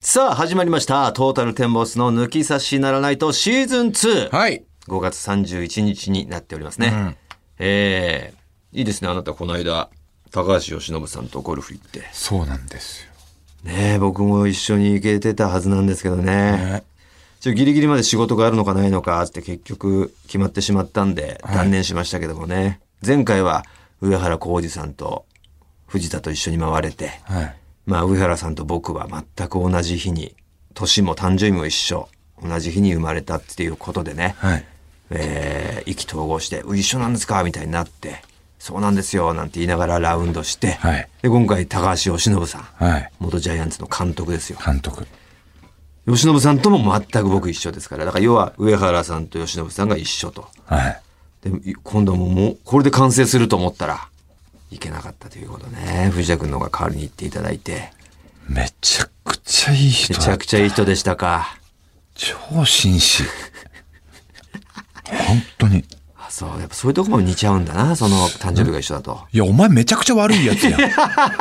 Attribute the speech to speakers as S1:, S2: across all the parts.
S1: さあ始まりましたトータルテンボスの抜き差しならないとシーズン2、
S2: はい、
S1: 5月31日になっておりますね、いいですね。あなたこの間高橋由伸さんとゴルフ行って。
S2: そうなんですよ
S1: ね。僕も一緒に行けてたはずなんですけどね、ギリギリまで仕事があるのかないのかって結局決まってしまったんで断念しましたけどもね、前回は上原浩二さんと藤田と一緒に回れて、まあ上原さんと僕は全く同じ日に、年も誕生日も一緒、同じ日に生まれたっていうことでね、意気投合して一緒なんですかみたいになって、そうなんですよなんて言いながらラウンドして、で今回高橋由伸さん、元ジャイアンツの監督ですよ。由伸さんとも全く僕一緒ですから、だから要は上原さんと由伸さんが一緒と、で今度もうこれで完成すると思ったらいけなかったということね。藤田君の方が代わりに行っていただいて。
S2: めちゃくちゃいい人だった。
S1: めちゃくちゃいい人でしたか。
S2: 超紳士本当に。
S1: あ、そう、やっぱそういうとこも似ちゃうんだな、その誕生日が一緒だと。
S2: いやお前めちゃくちゃ悪いやつやん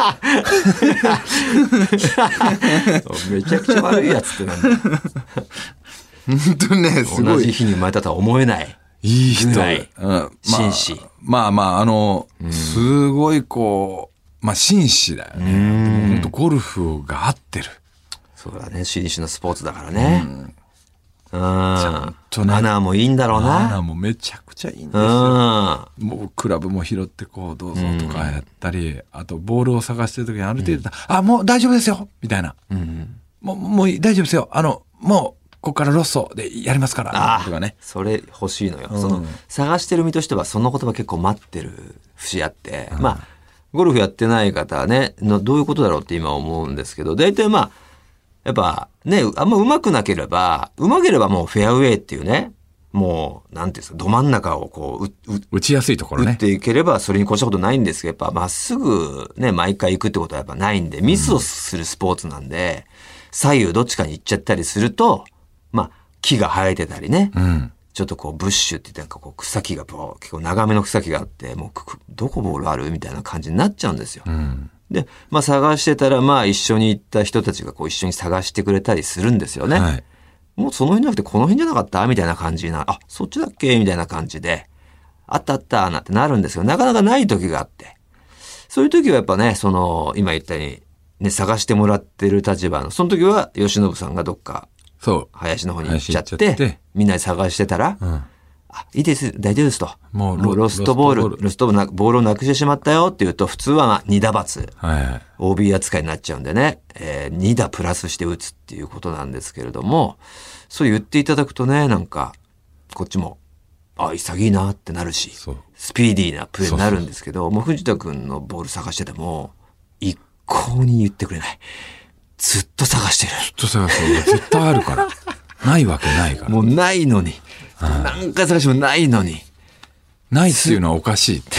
S1: めちゃくちゃ悪いやつってなんだ
S2: 本当ね、すごい
S1: 同じ日に生まれたとは思えない
S2: いい人、
S1: 紳士。
S2: まあすごいこう、まあ紳士だよね。でも本当ゴルフが合ってる。
S1: そうだね、紳士のスポーツだからね。
S2: ちゃんとね、
S1: マナーもいいんだろうな。
S2: マナーもめちゃくちゃいいんですよ。もうクラブも拾ってこうどうぞとかやったり、あとボールを探してる時にある程度、あ、もう大丈夫ですよみたいな、もう大丈夫ですよ、もうここからロッソでやりますからとかね。
S1: それ欲しいのよ、その探してる身としてはその言葉結構待ってる節あって、まあゴルフやってない方はねどういうことだろうって今思うんですけど、大体まあやっぱね、あんま上手くなければ、上手ければもうフェアウェイっていうね、もうなんていうんですか、ど真ん中をこう
S2: 打ちやすいところね、
S1: 打っていければそれに越したことないんですけど、やっぱまっすぐね毎回行くってことはやっぱないんで、ミスをするスポーツなんで、左右どっちかに行っちゃったりすると、まあ木が生えてたりね、ちょっとこうブッシュって言ってこう草木が結構長めの草木があって、もうどこボールあるみたいな感じになっちゃうんですよ。で、まあ探してたら、まあ一緒に行った人たちがこう一緒に探してくれたりするんですよね。もうその辺じゃなくてこの辺じゃなかったみたいな感じな、あ、そっちだっけみたいな感じで、あったあったなんてなるんですけど、なかなかない時があって、そういう時はやっぱね、その今言ったようにね、探してもらってる立場の、その時は由伸さんがどっか林の方に行っちゃって、みんなで探してたら、あ、いいです、大丈夫ですと。もうロストボールボールをなくしてしまったよって言うと、普通は2打罰、OB 扱いになっちゃうんでね、2打プラスして打つっていうことなんですけれども、そう言っていただくとね、なんかこっちも潔いなってなるし、スピーディーなプレーになるんですけど、もう藤田君のボール探してても一向に言ってくれない。ずっと探してる。
S2: 絶対あるからないわけないから。
S1: もうないのに、何回探してもないのに、
S2: ないっていうのはおかしいって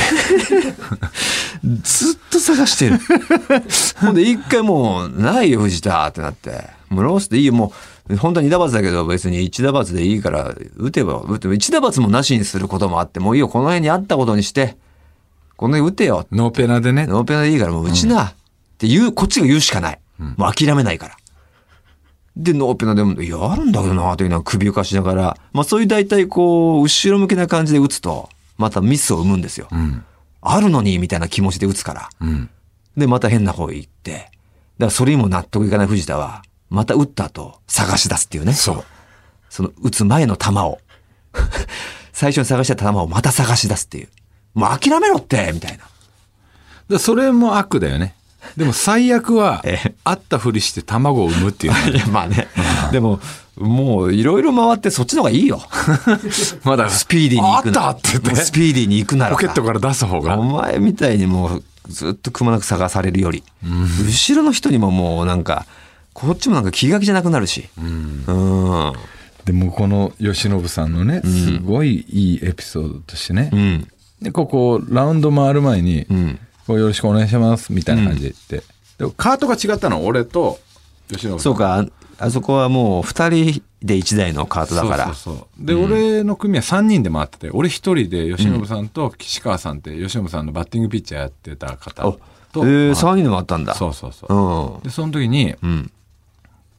S1: ずっと探してるほんで一回もうないよ藤田ってなって、もうロースでいいよ、もう本当は2打罰だけど別に1打罰でいいから打てば1打罰もなしにすることもあって、もういいよ、この辺にあったことにしてこの辺打てよ、
S2: ノーペナでね、
S1: ノーペナでいいからもう打ちなっていう、こっちが言うしかない、もう諦めないから。でノーペナでも、いやあるんだけどなというのは首をかしながら、まあそういう大体こう後ろ向きな感じで打つとまたミスを生むんですよ、あるのにみたいな気持ちで打つから、でまた変な方へ行って、だからそれにも納得いかない藤田はまた打った後探し出すっていうね、その打つ前の球を最初に探した球をまた探し出すっていう、もう諦めろってみたいな。
S2: それも悪だよね。でも最悪はあったふりして卵を産むっていう
S1: いやまあね、でももういろいろ回ってそっちの方がいいよ
S2: まだ
S1: スピーディーに行く
S2: あったって言って、
S1: スピーディーに行くなら
S2: ポケットから出す方が、
S1: お前みたいにもうずっとくまなく探されるより、後ろの人にももうなんかこっちもなんか気が気じゃなくなるし、
S2: でもこの由伸さんのね、すごいいいエピソードとしてね、でここラウンド回る前に、よろしくお願いしますみたいな感じで言って、でもカートが違ったの、俺と由伸さん。
S1: そうか、あそこはもう2人で1台のカートだから。
S2: で、俺の組は3人で回ってて、俺1人で由伸さんと岸川さんって由伸さんのバッティングピッチャーやってた方と、
S1: 3人で回ったんだ。
S2: でその時に、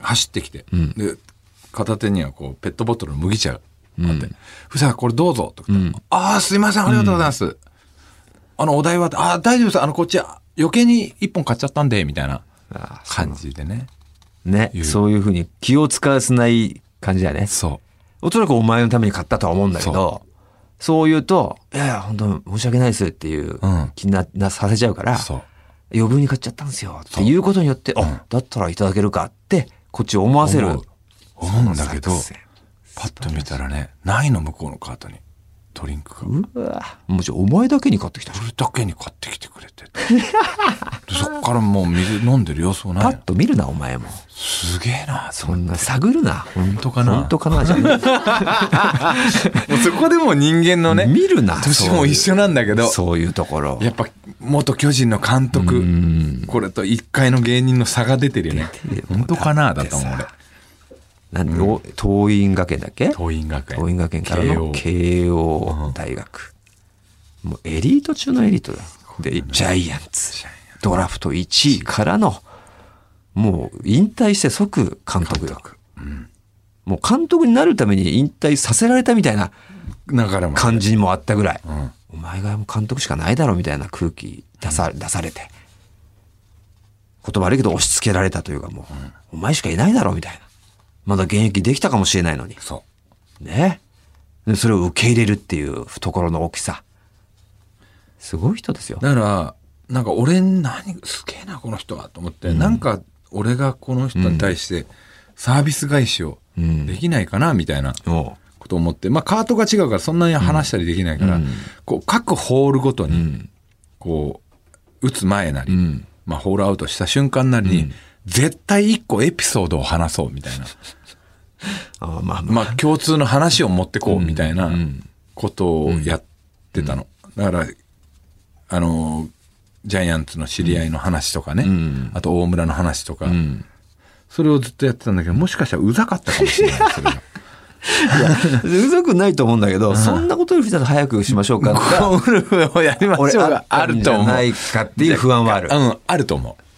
S2: 走ってきて、
S1: ん
S2: で片手にはこうペットボトルの麦茶があって「藤田これどうぞ」とか言ってああすいませんありがとうございます」お代は大丈夫ですこっち余計に1本買っちゃったんでみたいな感じでね
S1: そういうふうに気を使わせない感じだね。
S2: そう
S1: おそらくお前のために買ったとは思うんだけど、そう言うといやいや本当申し訳ないですっていう気にさせちゃうから、余分に買っちゃったんですよっていうことによってだったらいただけるかってこっちを思わせる
S2: 思うんだけど、パッと見たらねないの向こうのカートにドリンクが。
S1: うわもちろんお前だけに買ってきた。
S2: 俺だけに買ってきてくれてそっからもう水飲んでる様子もない。
S1: パッと見るなお前も。
S2: すげえな
S1: そんな探るな。
S2: 本当かな
S1: 本当かなじゃね
S2: もうそこでも人間のね
S1: 見るな。
S2: 年も一緒なんだけど
S1: そういうところ
S2: やっぱ元巨人の監督これと一階の芸人の差が出てるよね。本当かなだと思う俺。
S1: 桐蔭学園だっけ？
S2: 桐蔭学園
S1: からの慶応大学、もうエリート中のエリートだ。でジャイアンツドラフト1位からのもう引退して即監督よ。もう監督になるために引退させられたみたいな感じにもあったぐらい、お前がもう監督しかないだろみたいな空気出されて、言葉悪いけど押し付けられたというか、もうお前しかいないだろみたいな。まだ現役できたかもしれないのに。ね。でそれを受け入れるっていう懐の大きさ。すごい人ですよ。
S2: だから、なんか俺すげえな、この人はと思って、なんか俺がこの人に対してサービス返しをできないかな、みたいなことを思って、まあカートが違うからそんなに話したりできないから、こう各ホールごとに、こう、打つ前なり、まあホールアウトした瞬間なりに、絶対一個エピソードを話そうみたいな。まあ共通の話を持ってこうみたいなことをやってたの。だから、ジャイアンツの知り合いの話とかね、あと大村の話とか、それをずっとやってたんだけど、もしかしたらうざかったかもしれない、それが。
S1: いや、うざくないと思うんだけど、そんなことより早くしましょうか
S2: ゴルフをやりましょうがあると思う。
S1: ないかっていう不安はある。
S2: あると思う。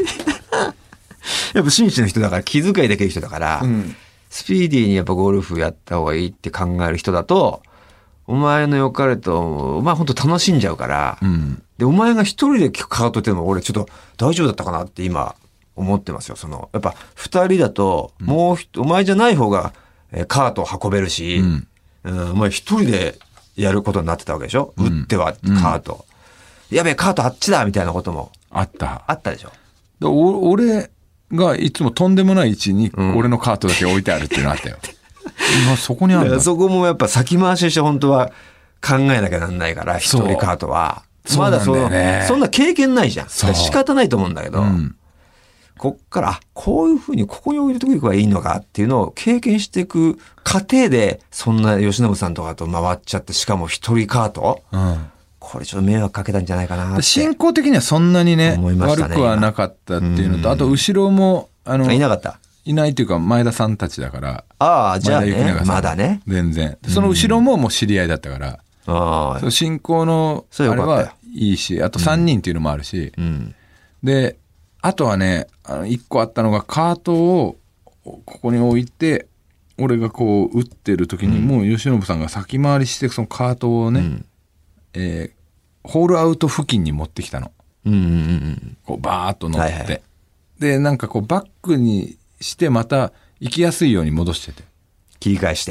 S1: やっぱ紳士の人だから気遣いできる人だから、スピーディーにやっぱゴルフやった方がいいって考える人だと、お前の良かれと、お前本当楽しんじゃうから、で、お前が一人でカートっていうのも俺ちょっと大丈夫だったかなって今思ってますよ。やっぱ二人だと、お前じゃない方がカートを運べるし、お前一人でやることになってたわけでしょ、打ってはカート。やべえ、カートあっちだみたいなことも。あったでしょ。
S2: 俺がいつもとんでもない位置に俺のカートだけ置いてあるっていうのあったよ。今そこにあるんだ。
S1: そこもやっぱ先回しして本当は考えなきゃなんないから、一人カートは。まだそんな経験ないじゃん。仕方ないと思うんだけど、こっから、こういうふうにここに置いておけばいいのかっていうのを経験していく過程で、そんな吉信さんとかと回っちゃって、しかも一人カート、これちょっと迷惑かけたんじゃないかなって。
S2: 進行的にはそんなにね、悪くはなかったっていうのと、あと後ろも、
S1: いなかった。
S2: いないというか前田さんたちだから。
S1: ああ、じゃあね、まだね。
S2: 全然。その後ろももう知り合いだったから。ああ。進行の、あれはいいし、あと3人っていうのもあるし。で、あとはね、1個あったのがカートをここに置いて、俺がこう打ってる時にもう吉信さんが先回りしてそのカートをね、ホールアウト付近に持ってきたの。こうバーッと乗って。で、なんかこうバックにしてまた行きやすいように戻してて。
S1: 切り返して。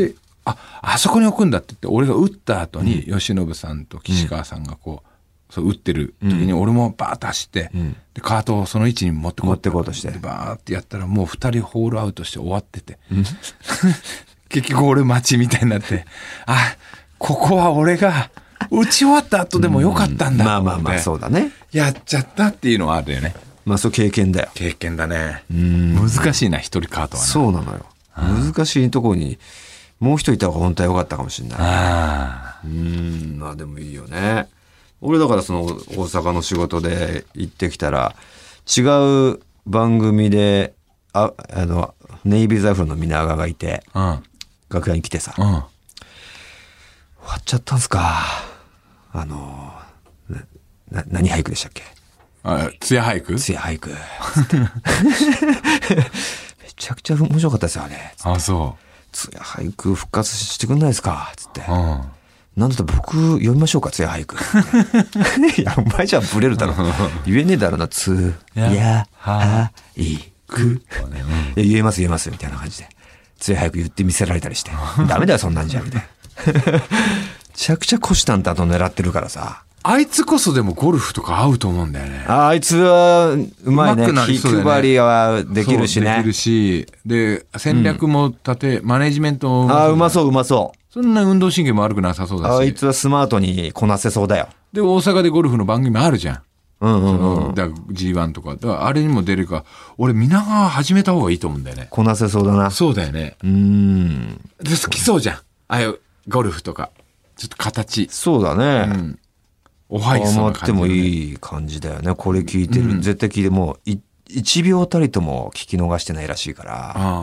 S2: で、あそこに置くんだって言って、俺が打った後に吉信さんと岸川さんがこう、そう打ってる時に俺もバーッと走って、でカートをその位置に持ってこうとして。バーッてやったらもう2人ホールアウトして終わってて。結局俺待ちみたいになって、ここは俺が打ち終わった後でもよかったんだ。
S1: まあ、そうだね。
S2: やっちゃったっていうのはあるよね。
S1: まあそう経験だよ。
S2: 経験だね。難しいな、一人カートはね。
S1: そうなのよ。難しいところにもう一人いた方が本当は良かったかもしれない。まあでもいいよね。俺だからその大阪の仕事で行ってきたら、違う番組で、ネイビーザイフルの皆川がいて、楽屋に来てさ、終わっちゃったんすか。何俳句でしたっけ？
S2: ツヤ俳句
S1: ツヤ俳句。めちゃくちゃ面白かったですよ、あれ。
S2: あ、そう。
S1: ツヤ俳句復活してくんないですかつって。
S2: うん。
S1: なんだったら僕読みましょうか、ツヤ俳句。いや、お前じゃブレるだろ。言えねえだろな、ツヤ俳句。言えますみたいな感じで。ツヤ俳句言ってみせられたりして。ダメだよ、そんなんじゃ、みたいな。めちゃくちゃ虎視眈々と狙ってるからさ。
S2: あいつこそでもゴルフとか合うと思うんだよね。
S1: あいつはうまいね。気配りはできるしね。
S2: できるし、で、戦略もマネジメントも。
S1: うまそう。
S2: そんな運動神経も悪くなさそうだし。
S1: あいつはスマートにこなせそうだよ。
S2: で、大阪でゴルフの番組あるじゃん。だ G1 とか。だからあれにも出るか、俺皆川始めた方がいいと思うんだよね。
S1: こなせそうだな。
S2: そうだよね。で、好きそうじゃん。ああいうゴルフとか。ちょっと形。
S1: そうだね。
S2: おはいそうな感じ、
S1: ってもいい感じだよね。これ聞いてる。絶対聞いてもう1秒たりとも聞き逃してないらしいから。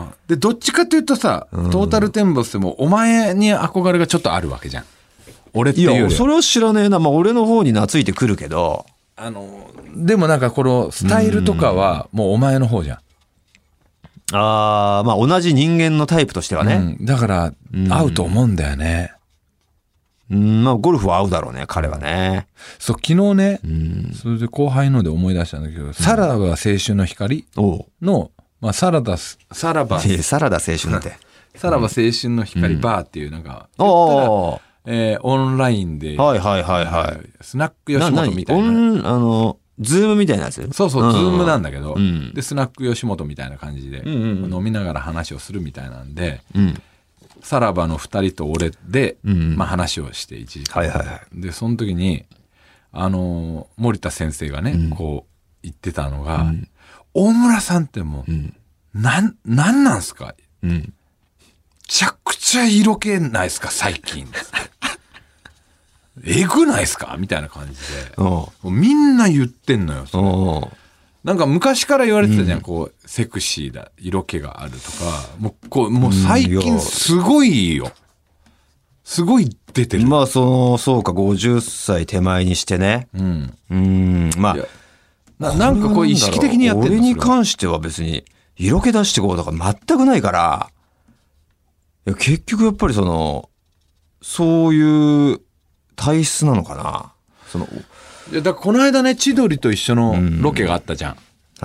S2: で、どっちかというとさ、トータルテンボスでもお前に憧れがちょっとあるわけじゃん。俺っていうより。
S1: いや、それは知らねえな。まあ俺の方に懐いてくるけど。
S2: でもなんかこのスタイルとかはもうお前の方じゃん。
S1: まあ同じ人間のタイプとしてはね。
S2: だから合うと思うんだよね。
S1: まあゴルフは合うだろうね、彼はね。
S2: そう、昨日ね、それで後輩ので思い出したんだけど、さらば青春の光の、まあさらば青春なんて。
S1: さらば青春
S2: の光バーっていうなんか、オンラインで、スナック吉本みたいな。
S1: ズームみたいなやつ？
S2: そう、ズームなんだけど、で、スナック吉本みたいな感じで、飲みながら話をするみたいなんで、さらばの2人と俺で、まあ話をして1時間。で、その時に、森田先生がね、こう言ってたのが、大村さんってもう、なんなんすか？めちゃくちゃ色気ないっすか最近。えぐないっすかみたいな感じで。みんな言ってんのよ。なんか昔から言われてたじゃん、こう、セクシーだ、色気があるとか、もう最近すごいよ。すごい出てる。
S1: まあ、そうか、50歳手前にしてね。まあ、
S2: なんかこう意識的にやってる。
S1: 俺に関しては別に、色気出してこうとか全くないから、いや結局やっぱりそういう体質なのかな。
S2: いやだからこの間ね、千鳥と一緒のロケがあったじゃん。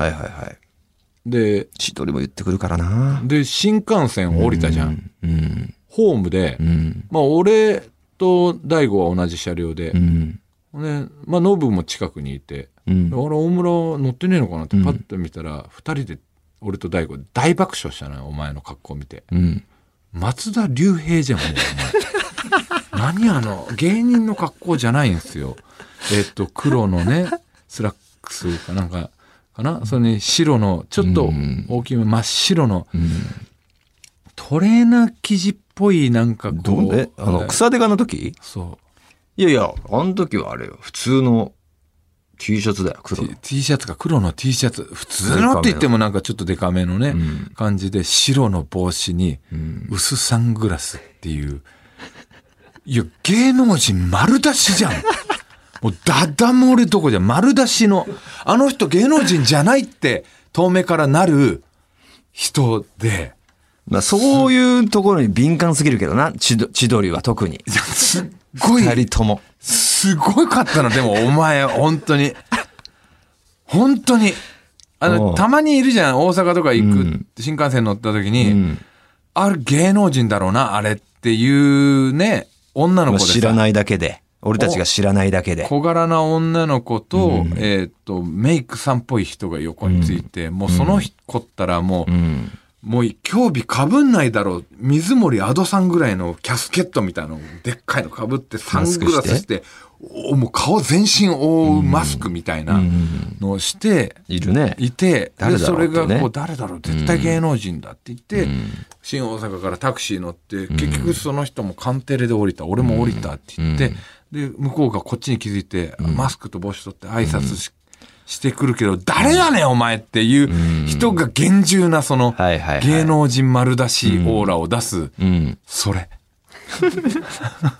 S2: で、
S1: 千鳥も言ってくるからな。
S2: で、新幹線降りたじゃん。ホームで、まあ俺と大悟は同じ車両で、まあノブも近くにいて、あれ大村乗ってねえのかなってパッと見たら、二人で俺と大悟大爆笑したのよ、お前の格好見て。松田龍平じゃん、もうお前。何芸人の格好じゃないんですよ。黒のね、スラックスかなんか、かな、それに白の、ちょっと大きめ真っ白の、トレーナー生地っぽいなんかこう。
S1: 草手がの時？
S2: そう。
S1: いや、あの時はあれよ、普通の T シャツだよ、黒の。
S2: T シャツか、黒の T シャツ。普通のって言ってもなんかちょっとデカめのね、感じで、白の帽子に、薄サングラスっていう。いや、芸能人丸出しじゃん。もうダダ漏れどこじゃん。丸出しの。あの人芸能人じゃないって、遠目からなる人で。
S1: まあそういうところに敏感すぎるけどな、千鳥は特に。
S2: すっごい。
S1: 二人とも。
S2: すごかったの、でもお前、本当に。本当に。たまにいるじゃん、大阪とか行く、新幹線乗った時に、あれ芸能人だろうな、あれっていうね、女の子でさ。
S1: 知らないだけで。俺たちが知らないだけで。
S2: 小柄な女の子と、メイクさんっぽい人が横について、もうその子ったらもう、もう興味かぶんないだろう。水森アドさんぐらいのキャスケットみたいなのでっかいのかぶってサングラスして、もう顔全身覆うマスクみたいなのをして、
S1: いるね。
S2: いて、で、それがこう誰だろう、絶対芸能人だって言って、新大阪からタクシー乗って、結局その人もカンテレで降りた、俺も降りたって言って、で、向こうがこっちに気づいて、マスクと帽子取って挨拶してくるけど、誰やねんお前っていう人が厳重なその芸能人丸出しオーラを出す、それ。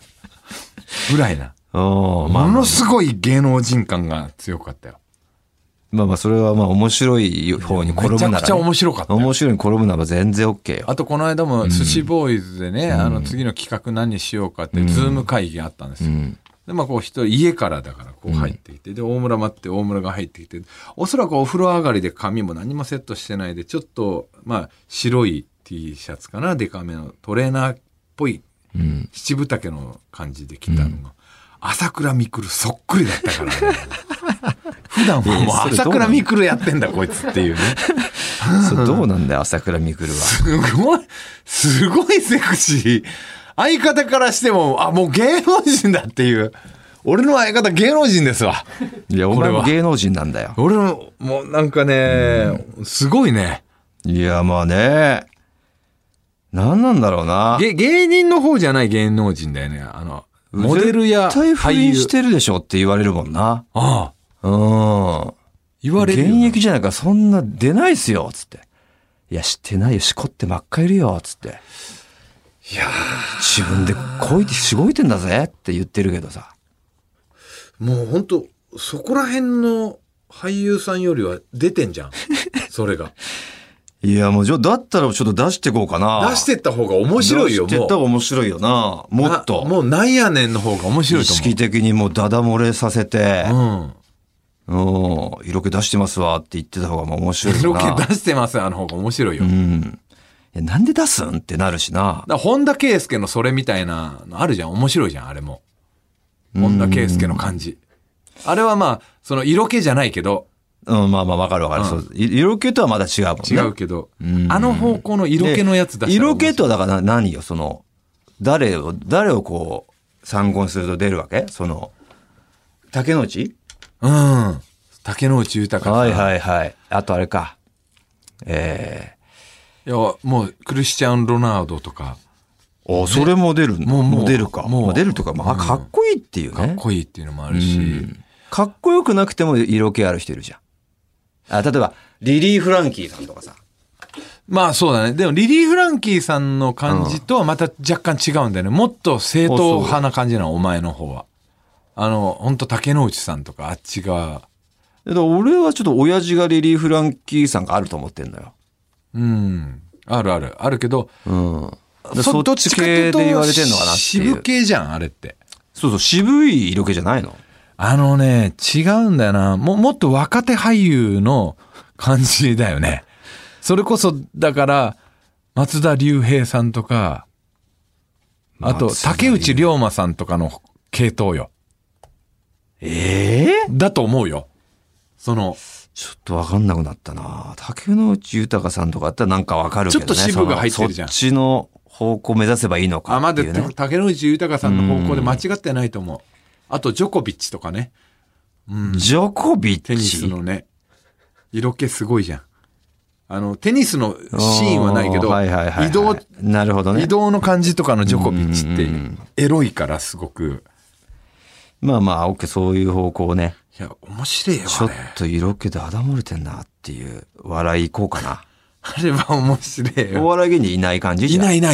S2: ぐらいな。ものすごい芸能人感が強かったよ。
S1: まあまあそれはまあ面白い方に転ぶなら、ね、
S2: めちゃくちゃ面白かったよ。
S1: 面白いに転ぶなら全然 OK よ。
S2: あとこの間も寿司ボーイズでね、次の企画何しようかってズーム会議があったんですよ。でまあこう一人家からだからこう入ってきて、で大村待って大村が入ってきて、おそらくお風呂上がりで髪も何もセットしてないで、ちょっとまあ白い T シャツかな、デカめのトレーナーっぽい七分丈の感じで着たのが、朝倉未来そっくりだったからね。普段はもう朝倉未来やってんだこいつっていうね。
S1: それどうなんだよ朝倉未来は。
S2: すごいセクシー。相方からしてももう芸能人だっていう。俺の相方芸能人ですわ。
S1: いや俺は芸能人なんだよ。
S2: 俺のもうなんかね、すごいね。
S1: いやまあね、何なんだろうな。
S2: 芸人の方じゃない芸能人だよね。モデルや
S1: 絶対不倫してるでしょって言われるもんな。
S2: ああ。
S1: 言われるよ。現役じゃないからそんな出ないっすよつって。いや知ってないよ、しこって真っ赤いるよつって。いや自分でこいてしごいてんだぜって言ってるけどさ。
S2: もう本当そこら辺の俳優さんよりは出てんじゃん。それが。
S1: いやもうだったらちょっと出していこうかな。
S2: 出してった方が面白いよ。
S1: 出してった方が面白いよな。もっと。
S2: もうなんやねんの方が面白いと思う。
S1: 意識的にもうダダ漏れさせて。色気出してますわって言ってた方がもう面白いな。
S2: 色気出してますわの方が面白いよ。
S1: いやなんで出すんってなるしな。
S2: 本田圭佑のそれみたいなのあるじゃん。面白いじゃんあれも。本田圭佑の感じ。あれはまあその色気じゃないけど。
S1: まあまあわかるわかる、そう色気とはまだ違うもんね。
S2: 違うけど、あの方向の色気のやつ出したら
S1: 色気とはだから何よ、その誰をこう参考にすると出るわけ？その竹野内？
S2: 竹野内豊さん。
S1: はいはいはい。あとあれか。
S2: いやもうクリスチャン・ロナウドとか。
S1: それも出るもう出るか。
S2: もう
S1: 出るとか、まあかっこいいっていうね。
S2: かっこいいっていうのもあるし。
S1: かっこよくなくても色気ある人いるじゃん。例えばリリー・フランキーさんとかさ。
S2: まあそうだね。でもリリー・フランキーさんの感じとはまた若干違うんだよね。もっと正統派な感じなの、お前の方は。本当竹野内さんとかあっち側。
S1: 俺はちょっと親父がリリー・フランキーさんがあると思ってんのよ。
S2: あるけど、
S1: そっち系で言われてんのかなっていう。
S2: 渋系じゃんあれって。
S1: そう渋い色気じゃないの？
S2: 違うんだよな。もっと若手俳優の感じだよね。それこそ、だから、松田龍平さんとか、あと、竹内涼真さんとかの系統よ。だと思うよ。ちょっ
S1: とわかんなくなったな。竹野内豊さんとかだったらなんかわかるけどね。
S2: ちょっと支部が入ってるじゃん。
S1: そっちの方向目指せばいいのかっていうね。
S2: まだ竹野内豊さんの方向で間違ってないと思う。あと、ジョコビッチとかね。
S1: ジョコビッチ？
S2: テニスのね。色気すごいじゃん。テニスのシーンはないけど、
S1: なるほどね。
S2: 移動の感じとかのジョコビッチってエロいからすごく。
S1: まあまあ、OK、そういう方向ね。
S2: いや、面白いよ。
S1: ちょっと色気であだ漏れてんなっていう笑い行こうかな。
S2: あれは面白いよ。
S1: お笑い芸人いない感じ？
S2: いない。い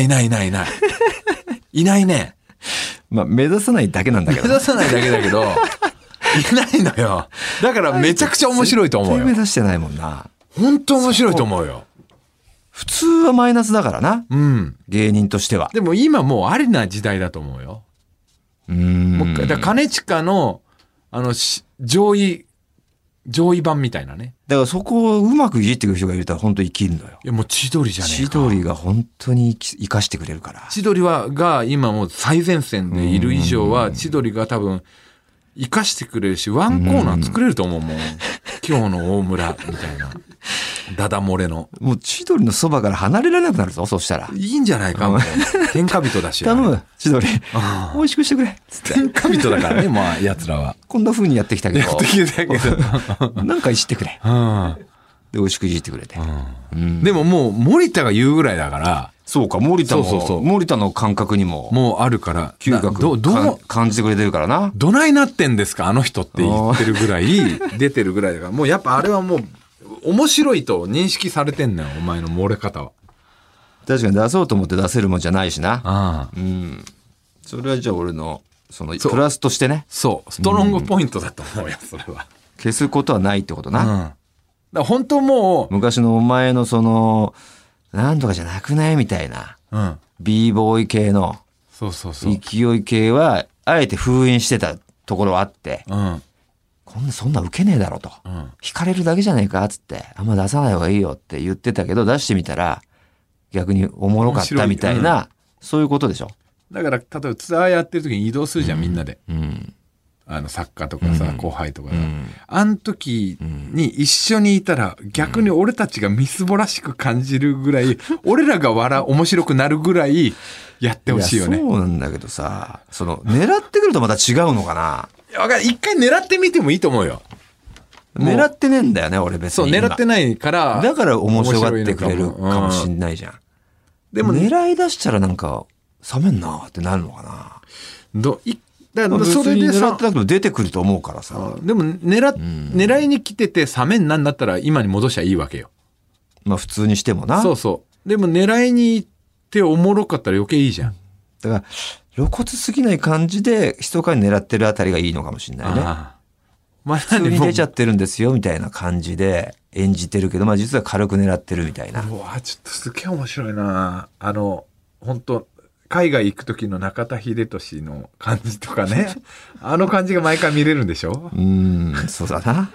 S2: ないね。
S1: まあ、目指さないだけなんだけど。
S2: 目指さないだけだけど、いないのよ。だからめちゃくちゃ面白いと思うよ。
S1: 絶対目指してないもんな。
S2: 本当面白いと思うよ。
S1: 普通はマイナスだからな。芸人としては。
S2: でも今もうありな時代だと思うよ。もう一回。だから兼近の、上位版みたいなね。
S1: だからそこをうまくいじってくる人がいると本当に生きるのよ。
S2: いやもう千鳥じゃねえか。
S1: 千鳥が本当に生かしてくれるから。
S2: 千鳥が今もう最前線でいる以上は、千鳥が多分生かしてくれるし、ワンコーナー作れると思うもん。今日の大村みたいな。ダダ漏れの。
S1: もう千鳥のそばから離れられなくなるぞ、そしたら。
S2: いいんじゃないかもう。天下人だし。
S1: 頼む、千鳥。美味しくしてくれ。
S2: 天下人だからね、まあ、奴らは。
S1: こんな風にやってきたけど。
S2: やってきたけど。
S1: なんかいじってくれ。で、美味しくいじってくれて。
S2: でももう、森田が言うぐらいだから。
S1: そうか、森田も、森田の感覚にも。
S2: もうあるから。
S1: 嗅覚感じてくれてるからな。
S2: どないなってんですか、あの人って言ってるぐらい、出てるぐらいだから。もうやっぱあれはもう、面白いと認識されてんのよ、お前の漏れ方は。
S1: 確かに出そうと思って出せるもんじゃないしな。それはじゃあ俺の、プラスとしてね。
S2: そう。ストロングポイントだと思うよ、それは。
S1: 消すことはないってことな。
S2: だから本当も
S1: 昔のお前のなんとかじゃなくないみたいな。
S2: う、
S1: b ボーイ系の
S2: そう。
S1: 勢い系は、あえて封印してたところはあって、そんな受けねえだろと。惹かれるだけじゃねえかっつって、あんま出さない方がいいよって言ってたけど、出してみたら、逆におもろかったみたいな、そういうことでしょ。
S2: だから、例えばツアーやってる時に移動するじゃん、みんなで。作家とかさ、後輩とかさ。あの時に一緒にいたら、逆に俺たちがみすぼらしく感じるぐらい、俺らが面白くなるぐらいやってほしいよね。
S1: そうなんだけどさ、狙ってくるとまた違うのかな。
S2: 一回狙ってみてもいいと思うよ。
S1: 狙ってねえんだよね、俺別に。
S2: そう、狙ってないから。
S1: だから面白がってくれるかもしんないじゃん。でも狙い出したらなんか、冷めんなってなるのかな。
S2: だから
S1: それで狙ってなくても出てくると思うからさ。
S2: でも狙いに来てて冷めんなんだったら今に戻しゃいいわけよ。
S1: まあ普通にしてもな。
S2: そうそう。でも狙いに行っておもろかったら余計いいじゃん。
S1: だから露骨すぎない感じで密かに狙ってるあたりがいいのかもしれないね。まあ、普通に出ちゃってるんですよみたいな感じで演じてるけど、まあ実は軽く狙ってるみたいな。
S2: うわ、ちょっとすげえ面白いな。本当海外行く時の中田英寿の感じとかね。あの感じが毎回見れるんでしょ？
S1: そうだな。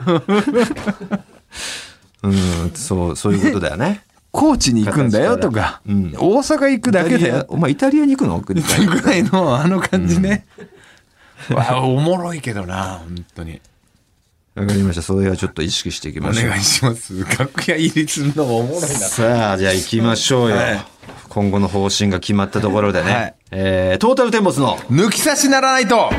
S1: そういうことだよね。
S2: 高知に行くんだよとか、大阪行くだけだよ。
S1: お前イタリアに行くの？
S2: ぐらいのあの感じね。わあ、おもろいけどな、本当に。
S1: わかりました。それはちょっと意識していきましょう。
S2: お願いします。楽屋入りするのもおもろいな。
S1: さあ、じゃあ行きましょうよ。今後の方針が決まったところでね。トータルテンボスの
S2: 抜き差しならないと。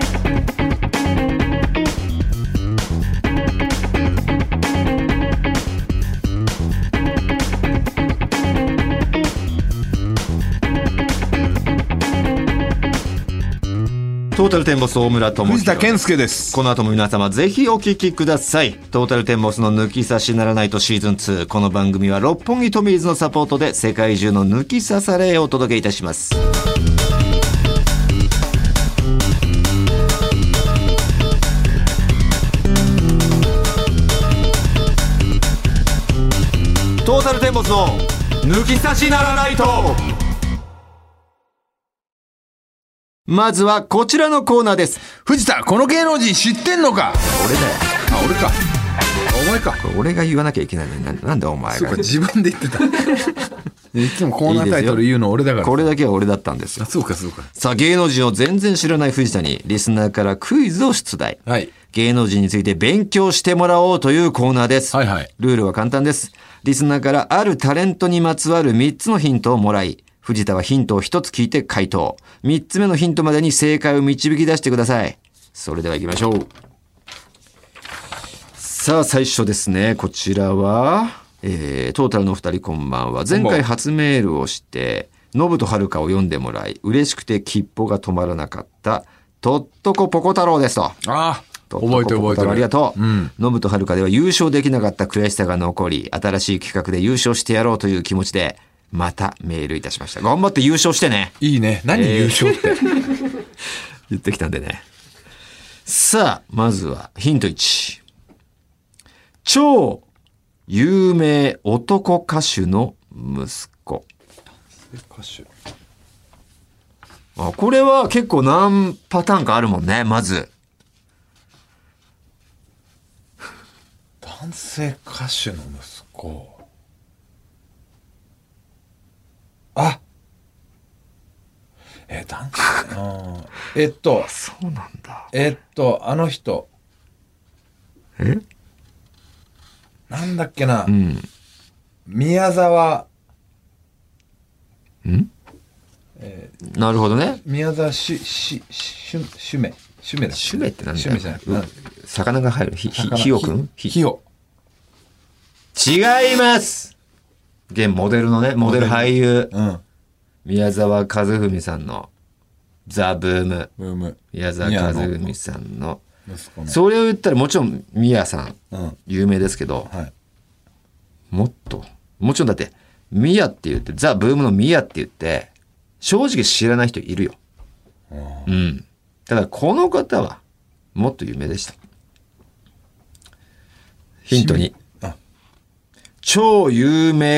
S1: トータルテンボス大村智弘、
S2: 藤田健介です。
S1: この後も皆様ぜひお聞きください。トータルテンボスの抜き差しならないとシーズン2。この番組は六本木トミーズのサポートで世界中の抜き差されをお届けいたします。トータルテンボスの抜き差しならないと。まずはこちらのコーナーです。
S2: 藤田、この芸能人知ってんのか？
S1: 俺だよ。
S2: 俺か。お前か。
S1: 俺が言わなきゃいけないのになんでお前が。
S2: そうか、自分で言ってた。いつもコーナータイトル言うの俺だから。
S1: これだけは俺だったんですよ。
S2: そうか。
S1: さあ、芸能人を全然知らない藤田にリスナーからクイズを出題。
S2: はい。
S1: 芸能人について勉強してもらおうというコーナーです。
S2: はい。
S1: ルールは簡単です。リスナーからあるタレントにまつわる3つのヒントをもらい、藤田はヒントを1つ聞いて回答。3つ目のヒントまでに正解を導き出してください。それでは行きましょう。さあ、最初ですね。こちらは、トータルのお二人こんばんは。前回初メールをして、ノブとはるかを読んでもらい、嬉しくて吉報が止まらなかった、とっとこぽこ太郎ですと。
S2: ああ。
S1: 覚えてる。ありがとう。ノブとはるかでは優勝できなかった悔しさが残り、新しい企画で優勝してやろうという気持ちで、またメールいたしました。頑張って優勝してね。
S2: いいね。何優勝って。
S1: 言ってきたんでね。さあ、まずはヒント1。超有名男歌手の息子。
S2: 歌手。
S1: これは結構何パターンかあるもんね、まず。
S2: 男性歌手の息子。あ、男性、
S1: そうなんだ。
S2: あの人。なんだっけな。宮沢。
S1: なるほどね。
S2: 宮沢シュメだ。
S1: シュメってなんだよ。
S2: シュメじゃない。
S1: 魚が入る。ひよくん？
S2: ひよ。
S1: 違います。現モデルのね、モデル俳優。宮沢和文さんのザ・ブーム。宮沢和文さんの。それを言ったらもちろん宮さん、有名ですけど、もちろんだって、宮って言って、ザ・ブームの宮って言って、正直知らない人いるよ。ただこの方はもっと有名でした。 ヒント2。超有名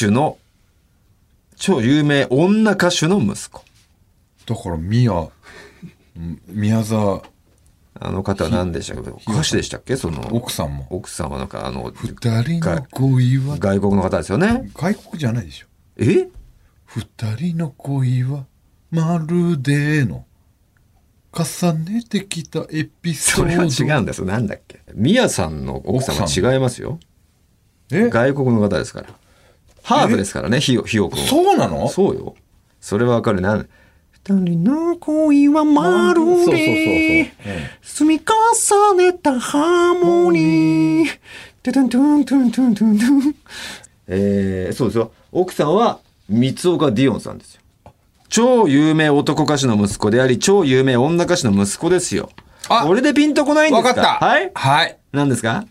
S1: 女歌手の息子。
S2: だから宮沢。
S1: あの方は何でしたっけ？歌手でしたっけ？その
S2: 奥さんも。
S1: 奥さんはなんか
S2: 二人の恋は
S1: 外国の方ですよね。
S2: 外国じゃないでしょ。
S1: え？
S2: 二人の恋はまるでの重ねてきたエピソード。
S1: それは違うんですよ。なんだっけ？ミヤさんの奥さんは違いますよ。
S2: え？
S1: 外国の方ですから。ハーフですからね、ひよくんは。
S2: そうなの？
S1: そうよ。それはわかるな。二人の恋はまるで積み重ねたハーモニー。トゥトゥントゥントゥントゥントゥントゥン。そうですよ。奥さんは三岡ディオンさんですよ。超有名男歌手の息子であり、超有名女歌手の息子ですよ。これでピンとこないんですか？
S2: わかった。
S1: はい
S2: はい。
S1: 何ですか？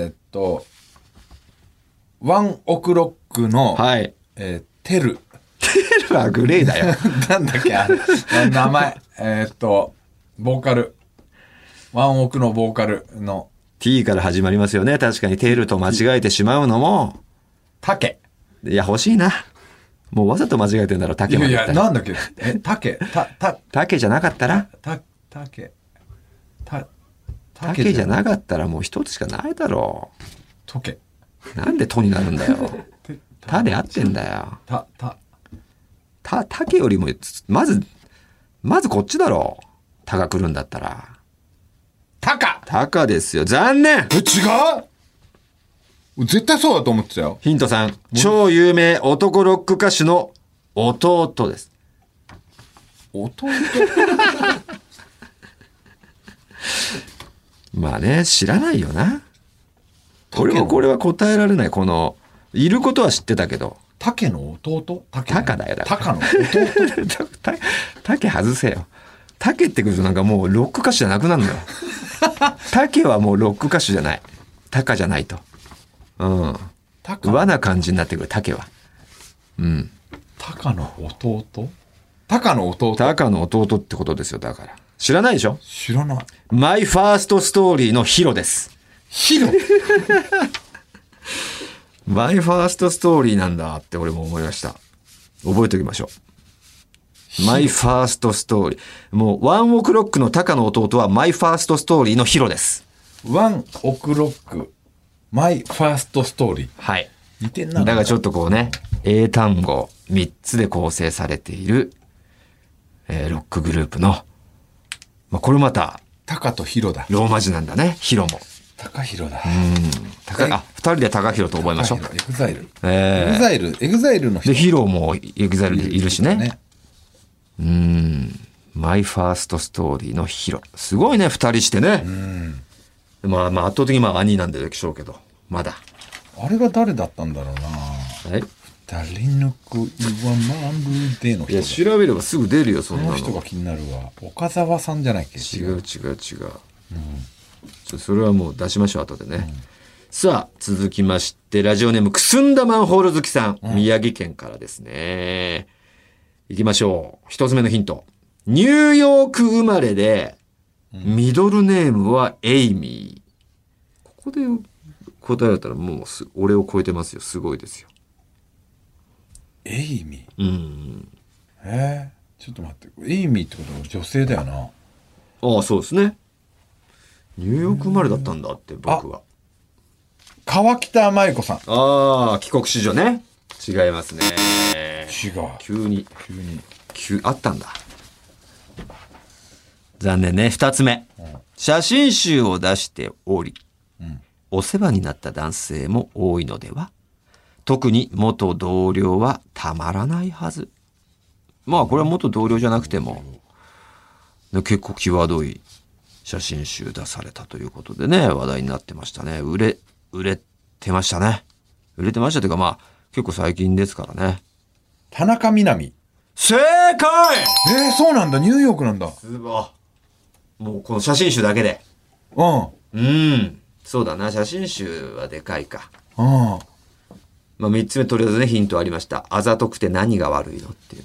S2: ワンオクロックの、
S1: はい。
S2: テル。
S1: テルはグレーだよ。
S2: なんだっけあれ。名前。ボーカル。ワンオクのボーカルの。
S1: T から始まりますよね。確かにテルと間違えてしまうのも。
S2: タケ。
S1: いや、欲しいな。もうわざと間違えてんだろ、タケまで。
S2: いや、なんだっけタケ。
S1: タケじゃなかったら
S2: タケ
S1: じゃなかったらもう一つしかないだろう。
S2: トケ。
S1: なんでトになるんだよ。タで合ってんだよ。タケよりも、まずこっちだろう。タが来るんだったら。タカですよ。残念。
S2: 違う？絶対そうだと思ってたよ。
S1: ヒント3。超有名男ロック歌手の弟です。
S2: 弟
S1: まあね、知らないよな。俺もこれは答えられない。いることは知ってたけど。
S2: タケの弟？
S1: タカだよ。
S2: タカの弟？
S1: タケ外せよ。タケってくるとなんかもうロック歌手じゃなくなるのよ。タケはもうロック歌手じゃない。タカじゃないと。うん。和な感じになってくる、タケは。うん。
S2: タカの弟？タカの弟？
S1: タカの弟ってことですよ、だから。知らないでしょ？
S2: 知らない。
S1: マイファーストストーリーのヒロです。
S2: ヒロ？
S1: マイファーストストーリーなんだって俺も思いました。覚えておきましょう。マイファーストストーリー。もう、ワンオクロックのタカの弟はマイファーストストーリーのヒロです。
S2: ワンオクロック、マイファーストストーリー。
S1: はい。
S2: 似てんな。
S1: だからちょっとこうね、英単語3つで構成されている、ロックグループの、まあ、これまた、
S2: タカとヒロだ。
S1: ローマ字なんだね、ヒロも。
S2: タカヒロだ。
S1: 二人でタカヒロと覚えましょう。
S2: エグザイル。エグザイルの人。
S1: で、ヒロもエグザイルでいるしね。マイファーストストーリーのヒロ。すごいね、二人してね。まあ圧倒的に兄なんでしょうけど、まだ。
S2: あれが誰だったんだろうな。
S1: はい。
S2: 誰抜く岩まるでの人。
S1: いや、調べればすぐ出るよ、そんなの。
S2: この人が気になるわ。岡沢さんじゃないっけ？
S1: 違う。それはもう出しましょう、後でね。さあ、続きまして、ラジオネーム、くすんだマンホール好きさん。宮城県からですね。行きましょう。一つ目のヒント。ニューヨーク生まれで、ミドルネームはエイミー。ここで答えられたらもう俺を超えてますよ。すごいですよ。
S2: エイミー？ちょっと待って。エイミーってことは女性だよな。
S1: ああ、そうですね。ニューヨーク生まれだったんだって、僕は。
S2: 川北麻衣子さん。
S1: ああ、帰国子女ね。違いますね。
S2: 違う。
S1: 急に。あったんだ。残念ね。二つ目。写真集を出しており、お世話になった男性も多いのでは？特に元同僚はたまらないはず。まあ、これは元同僚じゃなくても、結構際どい写真集出されたということでね、話題になってましたね。売れてましたね。売れてましたというか、まあ、結構最近ですからね。
S2: 田中みな実。
S1: 正解！
S2: そうなんだ。ニューヨークなんだ。
S1: すごい。もうこの写真集だけで。そうだな。写真集はでかいか。まあ、3つ目とりあえずね、ヒントありました。あざとくて何が悪いのっていう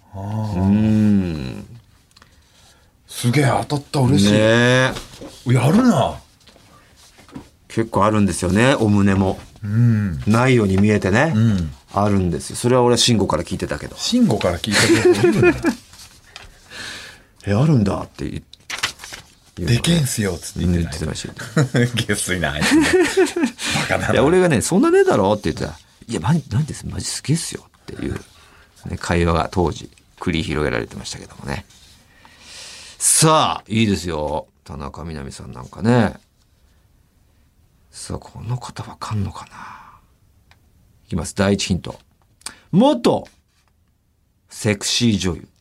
S1: ね。
S2: すげえ当たった。嬉しい。
S1: ねえ。
S2: やるな。
S1: 結構あるんですよね、お胸も。ないように見えてね。あるんですよ。それは俺は慎吾から聞いてたけど。
S2: 慎吾から聞いたけど言う
S1: あるんだって言って。
S2: でけんすよっつって
S1: 言ってましたよ。
S2: 下水なあいつバカだな。
S1: いや、俺がね、そんなねえだろって言ったら、いや、何です、マジすげえっすよっていう、ね、会話が当時繰り広げられてましたけどもね。さあ、いいですよ。田中みな実さんなんかね。さあ、この方わかんのかな。いきます。第一ヒント。元セクシー女優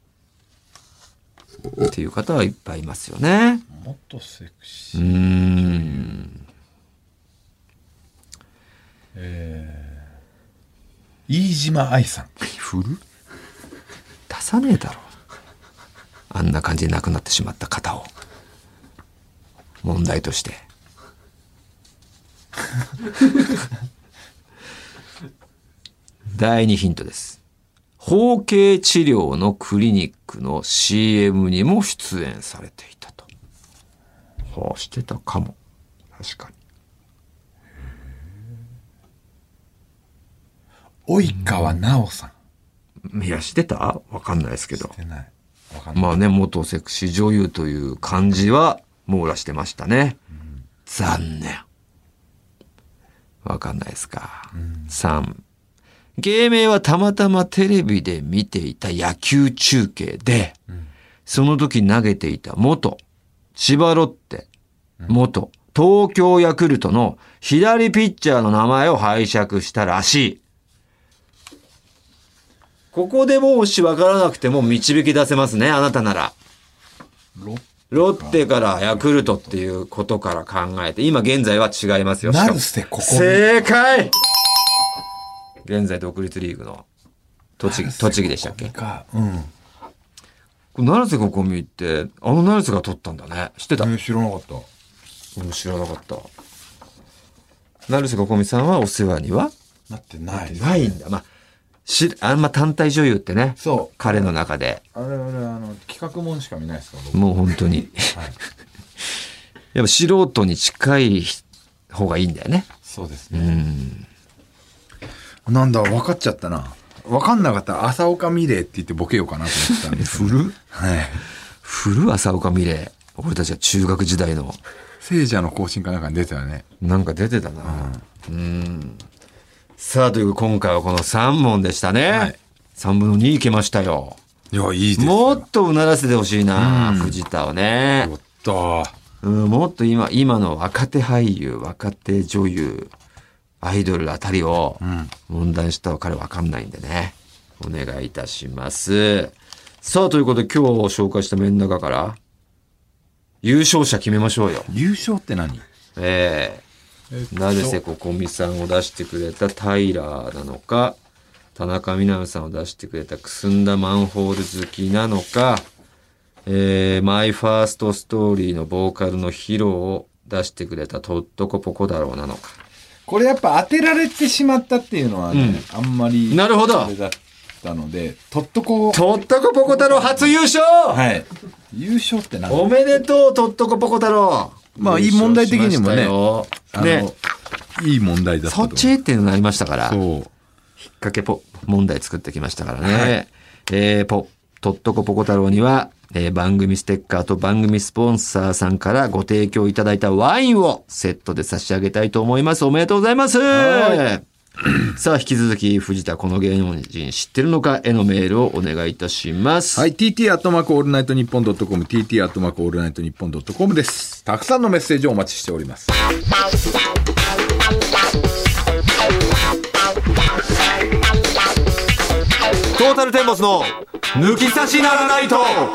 S1: っていう方はいっぱいいますよね。
S2: 元セクシー。飯島愛さん。
S1: 古出さねえだろ。あんな感じで亡くなってしまった方を。問題として。第2ヒントです。包茎治療のクリニックの CM にも出演されていたと。はあ、してたかも。確か
S2: 及川奈緒さ
S1: に。いや、してた？わかんないですけど。
S2: してない。わかんない。
S1: まあね、元セクシー女優という感じは網羅してましたね。残念。わかんないですか。3。芸名はたまたまテレビで見ていた野球中継で、その時投げていた元千葉ロッテ、元東京ヤクルトの左ピッチャーの名前を拝借したらしい。ここでもし分からなくても導き出せますね、あなたなら。ロッテからヤクルトっていうことから考えて、今現在は違いますよ。
S2: 成瀬ここみ。
S1: 正解。現在独立リーグの栃木でしたっけ？成瀬ここみって成瀬が取ったんだね。知ってた？
S2: 知らなかった。
S1: 俺知らなかった。成瀬ここみさんはお世話には
S2: なってない。
S1: ないんだ。まああんま単体女優ってね。
S2: そう。
S1: 彼の中で。
S2: あれ企画もんしか見ないですか？
S1: もう本当に。はい、やっぱ素人に近い方がいいんだよね。
S2: そうですね。なんだ、分かっちゃったな。分かんなかったら朝岡美玲って言ってボケようかなと思ってたんです
S1: 古？
S2: はい。
S1: 古朝岡美玲。俺たちは中学時代の。
S2: 聖者の行進かなんかに出てたよね。
S1: なんか出てたな。さあ、という今回はこの3問でしたね。はい、3分の2いけましたよ。
S2: いや、いいですよ。
S1: もっとうならせてほしいな、藤田をね。
S2: やった。
S1: もっと今の若手俳優、若手女優、アイドルあたりを問題したら彼わかんないんでね。お願いいたします。さあ、ということで今日紹介した面の中から優勝者決めましょうよ。
S2: 優勝って何？
S1: 成瀬ここみさんを出してくれたタイラーなのか、田中みな実さんを出してくれたくすんだマンホール好きなのか、マイファーストストーリーのボーカルのヒロを出してくれたとっとこぽこだろうなのか。
S2: これやっぱ当てられてしまったっていうのはね、あんまり。
S1: なるほど。
S2: あれだったので、とっとこ
S1: ぽこ太郎初優勝。
S2: はい。優勝って何？
S1: おめでとう、とっとこぽこ太郎。
S2: まあいい問題的にもね、いい問題だったと思う。
S1: そっちっていうのがありましたから、
S2: そう。
S1: 引っ掛け問題作ってきましたからね。はい、とっとこぽこ太郎には、番組ステッカーと番組スポンサーさんからご提供いただいたワインをセットで差し上げたいと思います。おめでとうございます。さあ、引き続き、藤田この芸能人知ってるのかへのメールをお願いいたします。
S2: はい、tt アットマークオールナイトニッポンドットコム、tt アットマークオールナイトニッポンドットコムです。たくさんのメッセージをお待ちしております。
S1: トータルテンボスの抜き差しならないと。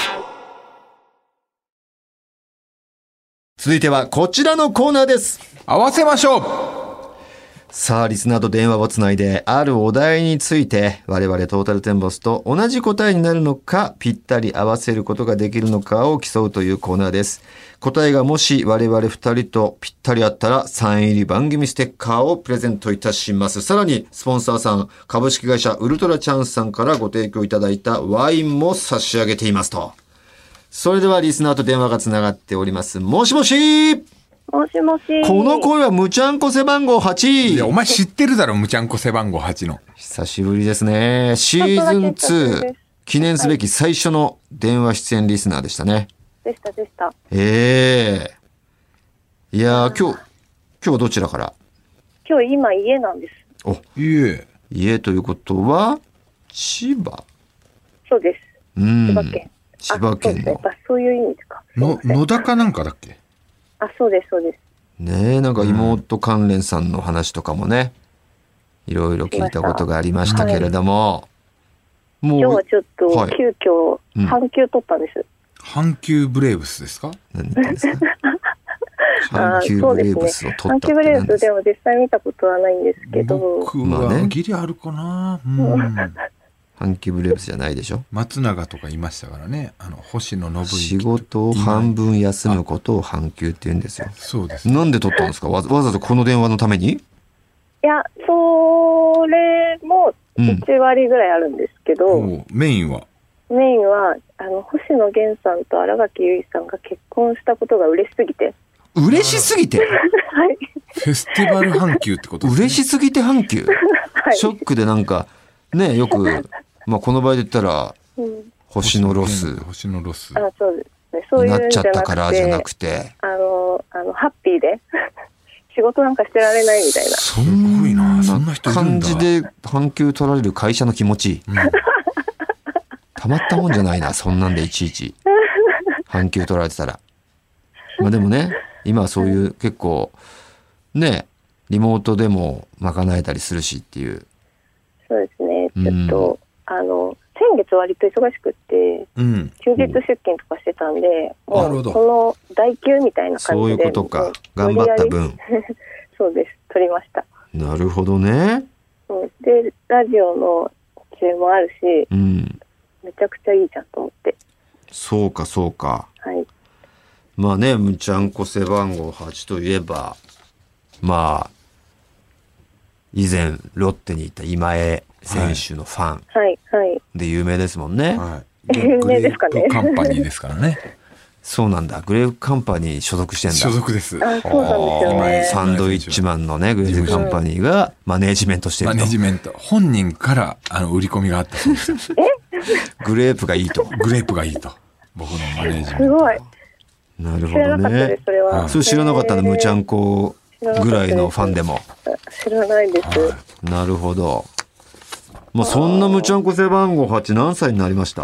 S1: 続いてはこちらのコーナーです。
S2: 合わせましょう。
S1: さあ、リスナーと電話をつないで、あるお題について、我々トータルテンボスと同じ答えになるのか、ぴったり合わせることができるのかを競うというコーナーです。答えがもし我々2人とぴったりあったら、サイン入り番組ステッカーをプレゼントいたします。さらに、スポンサーさん、株式会社ウルトラチャンスさんからご提供いただいたワインも差し上げていますと。それではリスナーと電話がつながっております。もしもし。
S3: もしもし。
S1: この声はむちゃんこ背番号
S2: いや、
S1: 8。
S2: お前知ってるだろ、むちゃんこ背番号8の。
S1: 久しぶりですね。シーズン
S3: ちょっとだけ久しぶり
S1: 2
S3: です、
S1: 記念すべき最初の電話出演リスナーでしたね。
S3: でした。
S1: ええいやー、今日はどちらから？
S3: 今日今家なんです。
S1: お、
S2: いえ。
S1: 家ということは、千葉。
S3: そうです。
S1: うん。
S3: 千葉県。
S1: 千葉県の
S3: あそうですね。やっ。ぱそういう意味ですか。
S2: 野田かなんかだっけ？
S3: あ、そうです、そうです。
S1: ねえ、なんか妹関連さんの話とかもね、いろいろ聞いたことがありましたけれども、もう、
S3: 今日はちょっと
S1: はい
S3: 急遽
S1: うん
S3: 半休取ったんです。
S2: 阪急ブレーブスですか？
S1: 何言ってんですか？阪急ブレーブスを取ったって
S3: 阪急ブレー
S1: 何ですか？
S3: ブスでも実際見たことはないんですけど、
S2: 僕
S1: まあね
S2: はギリあるかな。うん。
S1: 阪急ブレーブスじゃないでしょ？
S2: 松永とかいましたからね。星野信
S1: 仕
S2: 之。
S1: 事を半分休むことを半休って言うんですよ。
S2: そうです。
S1: なんで取ったんですか？わざわざこの電話のために？
S3: いや、それも
S1: うん
S3: 1割ぐらいあるんですけど、
S2: もうメインは
S3: メインは星野源さんと新垣結衣さんが結婚したことが嬉しすぎて、
S1: 嬉しすぎて
S3: はい、
S2: フェスティバル阪急ってことですね。
S1: 嬉しすぎて阪急
S3: はい、
S1: ショックでなんか、ね、よく、まあこの場合で言ったら、
S3: うん、
S1: 星のロス
S2: 星のロス。
S3: そうですね、そうい
S1: になんっちゃ
S3: うんじゃなくて、
S1: ったからじゃなくて、
S3: ハッピーで仕事なんかしてられないみたいな。
S2: すごいな。そんな人いるんだ。
S1: 感じで阪急取られる会社の気持ち、
S2: うん。
S1: たまったもんじゃないな、そんなんでいちいち。阪急取られてたら。まあでもね、今はそういう結構、ね、リモートでも賄えたりするしっていう。
S3: そうですね、ちょっと、先月割と忙しくって、
S2: うん。
S3: 休日出勤とかしてたんで、もう
S2: なるほど
S3: この代休みたいな感
S1: そういう
S3: じで。
S1: ことか。
S3: もう
S1: 頑張った。
S3: 無理や
S1: 分。
S3: りそうです、取りました。
S1: なるほどね。
S3: うんで、ラジオの出演もあるし、
S1: うん。
S3: めちゃくちゃいいじゃんと思って。
S1: そうか、そうか。
S3: はい。
S1: まあね、むちゃんこ背番号8といえば、まあ、以前ロッテにいた今江選手のファン
S3: はい、はい。
S1: で有名ですもんね。
S2: はい。
S3: 有
S2: グレー
S3: 名ですかね
S2: プカンパニーですからね。
S1: そうなんだ。グレープカンパニーに所属してんだ。
S2: 所属です。
S3: あ、そうなんですよね。
S1: サンドイッチマンのね、グレープカンパニーがマネージメントしてる
S2: マ
S1: と。
S2: ネジメント。本人から売り込みがあったそうですよ。
S1: グレープがいいと。
S2: グレープがいいと。僕のマネージメント。
S3: すごい。
S1: なるほ
S3: 知ら
S1: どね
S3: なかったです、。それは。
S1: それ知らなかったんだ、むちゃんこぐらいのファンでも。
S3: 知らないです。
S1: なるほど。まあそんなむちゃんこ背番号8何歳になりました？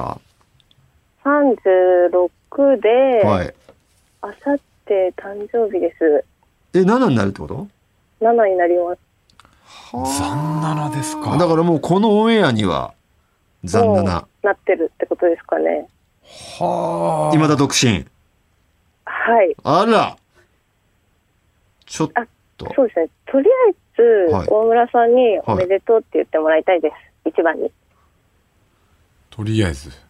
S3: 36で、
S1: はい。
S3: あさって誕生日です。
S1: 7になるってこと
S3: 7になります。
S2: 残7ですか。
S1: だからもうこのオンエアには残
S3: もう
S1: 7。
S3: なってるってことですかね。
S2: はあ。
S1: 未だ独身。
S3: はい。
S1: あらちょっと。
S3: そうですね。とりあ
S1: はい
S3: えず、大村さんにおめでとうって言ってもらいたいです。一番に。
S2: とりあえず。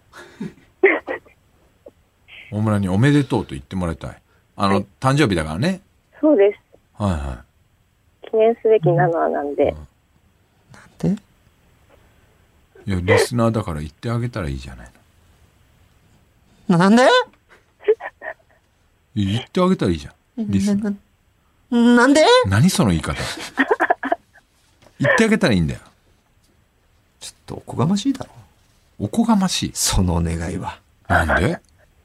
S2: 大村におめでとうと言ってもらいたい。誕生日だからね。
S3: そうです。
S2: はいは
S3: 記念すべき7なんで。
S1: で
S2: い。いや、リスナーだから言ってあげたらいいじゃないの。
S1: なんで
S2: 言ってあげたらいいじゃん。リスナー。
S1: なんで
S2: 何その言い方。言ってあげたらいいんだよ。
S1: ちょっとおこがましいだろ。
S2: おこがましい。
S1: そのお願いは。
S2: なんで？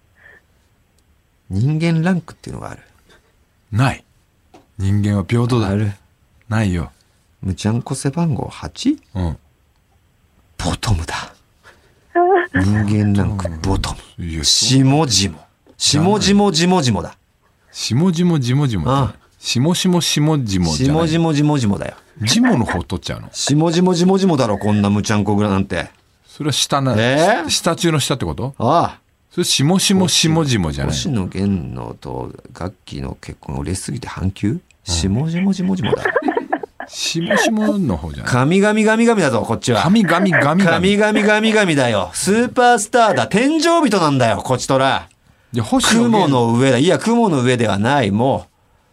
S1: 人間ランクっていうのがある。
S2: ない。人間は平等だ。
S1: ある。
S2: ないよ。
S1: むちゃんこ背番号 8？
S2: うん。
S1: ボトムだ。人間ランクボトム。
S2: いや、
S1: 下々。下々じもじもだ。
S2: 下々じもじも。
S1: ああ
S2: 下々下々じもじゃない。
S1: 下々じもじもだよ。
S2: じもの方取っちゃうの。
S1: 下々じもじもだろ、こんなむちゃんこぐらなんて。
S2: それは下な、下中の下ってこと？
S1: ああ。
S2: それ下々下々じゃない。
S1: 星野源のとガッキーの結婚が嬉しすぎて半休？下々じもじもだ。
S2: 下々の方じゃない。
S1: 神々神々だぞ、こっちは。
S2: 神々神々。
S1: 神々神々だよ。スーパースターだ。天井人なんだよ、こちとら。
S2: いや、星野
S1: 雲
S2: 源。
S1: の上だ。いや、雲の上ではない、も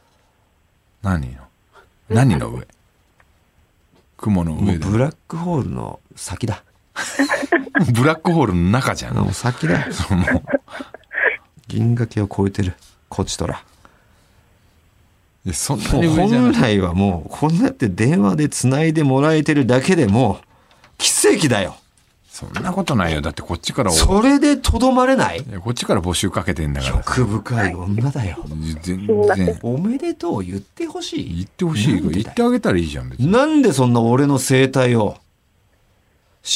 S2: 何の上？雲の
S1: う。も
S2: 上で。
S1: うブラックホールの先だ。
S2: ブラックホールの中じゃん。
S1: もう先だよ。
S2: もう
S1: 銀河系を超えてる、こちとら。
S2: そんな
S1: もう
S2: に上じゃない
S1: 本来はもうこんなやって電話で繋いでもらえてるだけでも奇跡だよ。
S2: そんなことないよ。だってこっちから
S1: それでとどまれない？
S2: いやこっちから募集かけてんだから。
S1: 欲深い女だよ。
S2: 全然
S1: おめでとう言ってほしい。
S2: 言ってほしい。言ってあげたらいいじゃん別に。
S1: なんでそんな俺の生態を下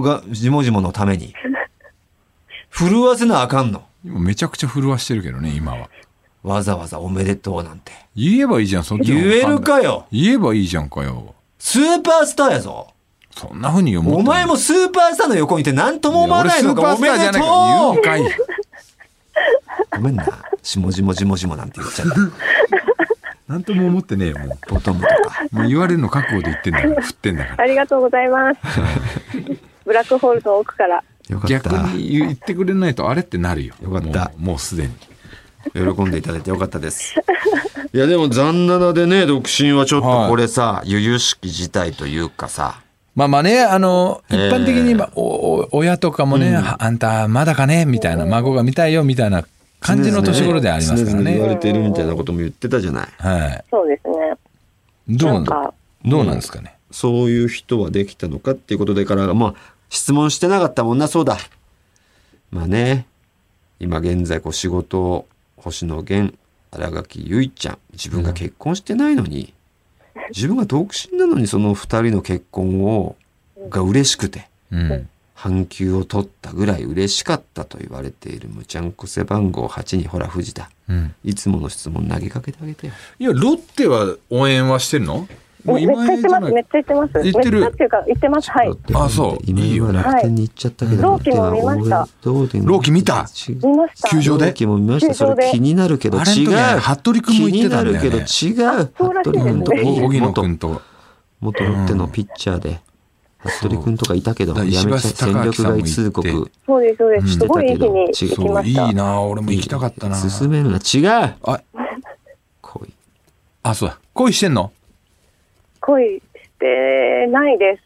S1: 々のために震わせなあかんの？
S2: 今めちゃくちゃ震わしてるけどね今は。
S1: わざわざおめでとうなんて
S2: 言えばいいじゃん。そっちの方が
S1: 言えるかよ。
S2: 言えばいいじゃんかよ。
S1: スーパースターやぞ。
S2: そんな風に思って
S1: お前もスーパースターの横にいて何とも思わないのか。
S2: 俺スーパースターじゃないから言うんかい。
S1: ごめんな。下々なんて言っちゃった。
S2: なんとも思ってねえよもう。
S1: ボトムとか。
S2: もう言われるの覚悟で言ってんだから振ってんだから。
S3: ありがとうございます。ブラックホールの奥から
S1: よかった。
S2: 逆に言ってくれないとあれってなるよ。
S1: よかった
S2: もうすでに。
S1: 喜んでいただいてよかったです。いやでも残7でね、独身はちょっとこれさ、由々しき事態というかさ。
S2: まあね、一般的に親とかもね、あんたまだかねみたいな、孫が見たいよみたいな感じの年頃でありますからね。
S1: 常々言われているみたいなことも言ってたじゃない。
S2: はい。
S3: そうですね。
S2: どうなんですかね。
S1: そういう人はできたのかっていうことでから、まあ質問してなかったもんな、そうだ。まあね、今現在こう仕事を星野源、新垣結衣ちゃん、自分が結婚してないのに、自分が独身なのにその二人の結婚が嬉しくて、半休を取ったぐらい嬉しかったと言われているむちゃんこ背番号8にほら藤田、いつもの質問投げかけてあげてよ。
S2: いやロッテは応援はしてるの？もう
S3: めっちゃ言ってます。めっちゃ言ってます。
S2: 言ってる。
S3: めっちゃっていうか言ってます。はい。
S2: あ、そう。
S1: 今は楽天に行っちゃったけど、
S3: ローキも見ました。
S1: ロ
S2: ーキ見た？
S3: 見ました。
S2: 球場で？
S1: ローキも見ました。それ気になるけど違う。
S2: 服部君も言ってたんだよね。
S1: 気になるけど違う。服部君と
S2: 荻野君と
S1: 元ロッテのピッチャーで服部君とかいたけど、やめちゃ戦力外通告。
S3: そうですそうです。すごいいい日に行きました。
S2: いいな、俺も行きたかったな。
S1: 進めるな、違う。恋。
S2: あ、そうだ。恋してんの？
S3: 恋してないです。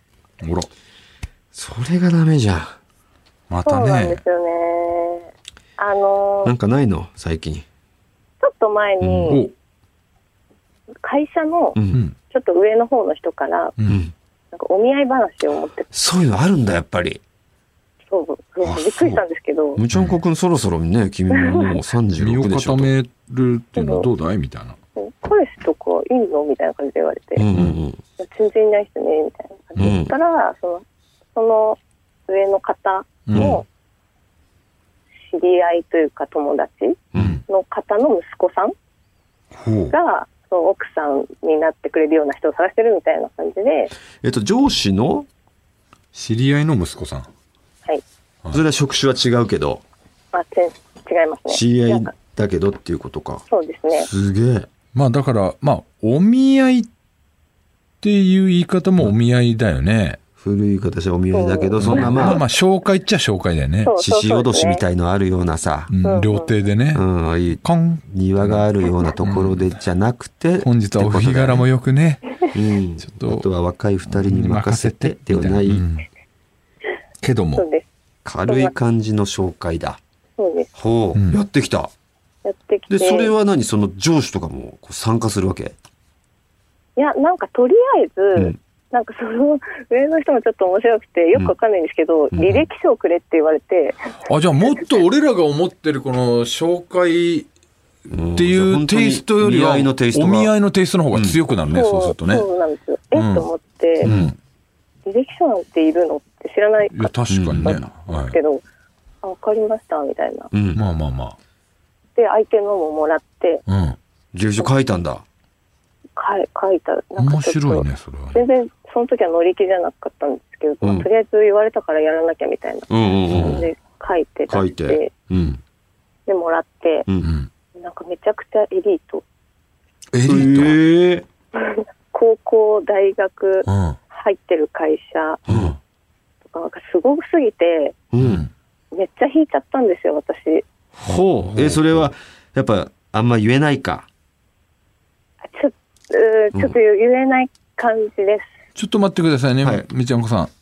S2: ほら。
S1: それがダメじゃん。
S2: またね。
S3: そうなんですよね。
S1: なんかないの最近。
S3: ちょっと前に、会社のちょっと上の方の人から、なんかお見合い話を持って。
S1: そういうのあるんだ、やっぱり。
S3: そう、びっくりしたんですけど。
S1: むちゃんこくんそろそろね、君ももう36でしょ。
S2: 身を固めるっていうのはどうだいみたいな。
S3: 彼氏とかいいのみたいな感じで言われて。全然いない人ね、みたいな感じで言ったら、その上の方の知り合いというか友達の方の息子さんが、奥さんになってくれるような人を探してるみたいな感じで。
S1: 上司の
S2: 知り合いの息子さん。
S3: はい。
S1: それは職種は違うけど。
S3: 違いますね。
S1: 知り合いだけどっていうことか。
S3: そうですね。
S1: すげえ。
S2: まあだから、まあ、お見合いっていう言い方もお見合いだよね。
S1: 古い形はお見合いだけど、そんな
S2: まあ紹介っちゃ紹介だよね。
S1: 獅子脅しみたいのあるようなさ。
S2: 料亭でね。
S1: 庭があるようなところでじゃなくて。
S2: 本日はお日柄もよくね。
S1: ちょっと。あとは若い二人に任せてではない。
S2: けども。
S1: 軽い感じの紹介だ。
S3: そうです。
S1: ほう。やってきた。
S3: やってきて。
S1: で、それは何？その上司とかも参加するわけ？
S3: いや、なんかとりあえず、なんかその上の人もちょっと面白くてよくわかんないんですけど、履歴書をくれって言われて。
S2: あ、じゃあもっと俺らが思ってるこの紹介っていうテイストよりはお見合いのテイストの方が強くなるね、そうするとね。
S3: そうなんですよ。と思って、履歴書なんているのって知らないかったんですけど、わかりましたみたいな。
S2: まあまあまあ。
S3: で、相手のももらって。
S1: 履歴書書いたんだ。
S3: 書いた。
S2: 面白いね、それは。
S3: 全然その時は乗り気じゃなかったんですけど、とりあえず言われたからやらなきゃみたいな感じで書いて出して、でもらって、なんかめちゃくちゃエリート。
S2: エリー
S3: ト高校、大学、入ってる会社とか、なんかすごすぎて、めっちゃ引いちゃったんですよ、私。
S1: ほう。それは、やっぱ、あんま言えないか。
S3: ちょっと言えない感じです。
S2: ちょっと待ってくださいね、みちゃんこさん。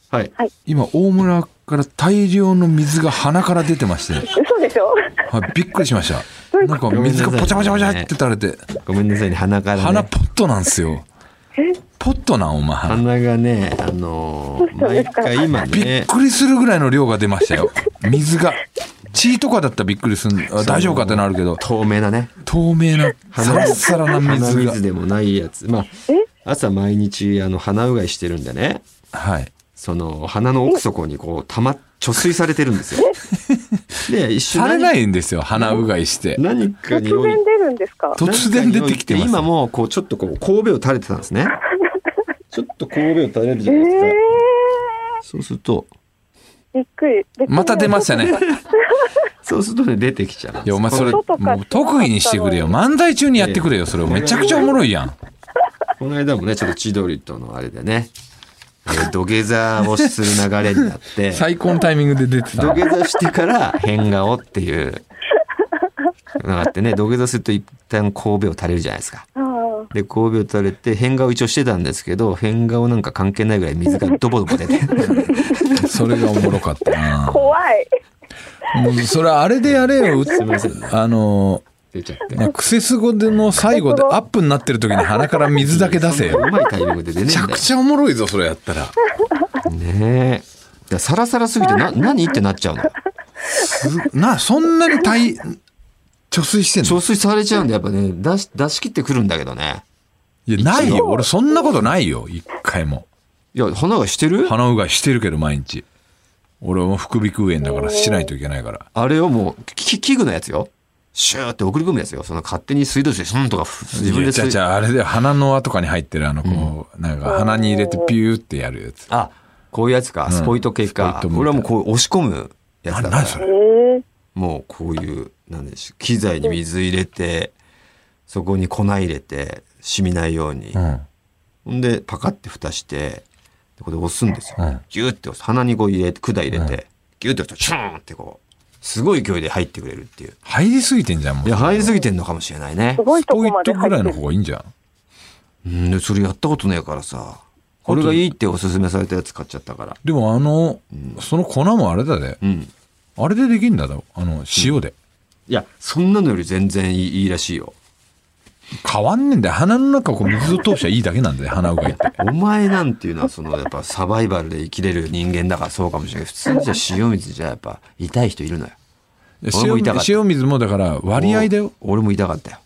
S1: はい。
S2: 今、大村から大量の水が鼻から出てまして。
S3: 嘘でしょ？
S2: はい、びっくりしました。なんか水がポチャポチャポチャって垂れて。
S1: ごめんなさいね、鼻からね。
S2: 鼻ポットなんですよ。ポットなんお前。
S1: 鼻がね、毎回今ね。
S2: びっくりするぐらいの量が出ましたよ。水が。血とかだったらびっくりする。大丈夫かってなるけど。
S1: 透明なね。
S2: 透明な、サラッサラな水が。
S1: 鼻水でもないやつ。まあ、朝毎日鼻うがいしてるんでね。
S2: はい。
S1: その鼻の奥底にこう貯水されてるんですよ。で一瞬
S2: されないんですよ、鼻うがいして。
S1: 何かに
S3: 突然出るんですか？
S2: 突然出てきてます。
S1: 今もこうちょっとこう神戸を垂れてたんですね。ちょっと神戸を垂れるじゃないですか。そうすると
S3: びっくり。
S2: また出ましたね。
S1: そうするとね出てきちゃう。
S2: いやお前それもう特技にしてくれよ。漫才中にやってくれよ。それめちゃくちゃおもろいやん。
S1: この間もねちょっと千鳥とのあれでね。土下座をする流れになって
S2: 最高のタイミングで出てた。
S1: 土下座してから変顔っていうのがあってね、土下座すると一旦神戸を垂れるじゃないですか。で神戸を垂れて変顔一応してたんですけど、変顔なんか関係ないぐらい水がドボドボ出て
S2: それがおもろかったな。
S3: 怖い。
S2: もうそれあれでやれよ。
S1: すいません、ね、出ちゃって、
S2: まあ、クセスゴでの最後でアップになってる時に鼻から水だけ出せよ。
S1: うまいタイミングで出ねえんだよ。
S2: めちゃくちゃおもろいぞそれやったら。
S1: ねえ。サラサラすぎて何ってなっちゃうの。
S2: そんなに貯水してんの？
S1: 貯水されちゃうんでやっぱね出し切ってくるんだけどね。
S2: いやないよ、俺そんなことないよ一回も。
S1: いや鼻がしてる？
S2: 鼻うがいしてるけど毎日。俺はもう副鼻腔炎だからしないといけないから。
S1: あれをもう器具のやつよ。シューって送り込むやつよ。その勝手に水道水でシュンとか自分で
S2: じゃあれで鼻の輪とかに入ってるこう、なんか鼻に入れてピューってやるやつ。
S1: あ、こういうやつか。スポイト系か。これはもうこう押し込むやつだから。
S2: 何それ？
S1: もうこういうなんでしょう、機材に水入れてそこに粉入れて染みないように。ほんでパカって蓋してこれ押すんですよ。ギューって押す。鼻にこう入れて管入れてギューって押すとシューンってこう。すごい勢いで入ってくれるっていう。
S2: 入りすぎてんじゃんもう。
S1: いや入りすぎてんのかもしれないね。
S3: すごいとこ
S2: スポイ
S3: まで入ってる。
S2: トぐらいの方がいいんじゃん。
S1: でそれやったことねえからさ。これがいいっておすすめされたやつ買っちゃったから。
S2: でもその粉もあれだで。あれでできんだろ。塩で。
S1: いやそんなのより全然いいらしいよ。
S2: 変わんねえんだよ。鼻の中を水を通しゃいいだけなんだよ鼻うがいって。
S1: お前なんていうのはやっぱサバイバルで生きれる人間だからそうかもしれない。普通にじゃ塩水じゃやっぱ痛い人いるのよ。
S2: 塩水もだから割合だよ。
S1: 俺も痛かったよ。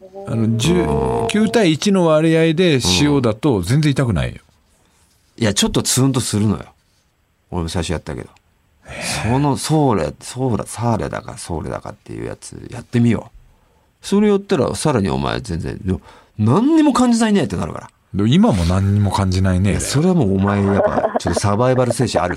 S2: 9対1の割合で塩だと全然痛くないよ。
S1: いやちょっとツンとするのよ。俺も最初やったけど。ソーレだかソーレだかっていうやつやってみよう。それやったらさらにお前全然何にも感じないねってなるから。
S2: 今も何にも感じないね。
S1: それはもうお前やっぱちょっとサバイバル精神あるって。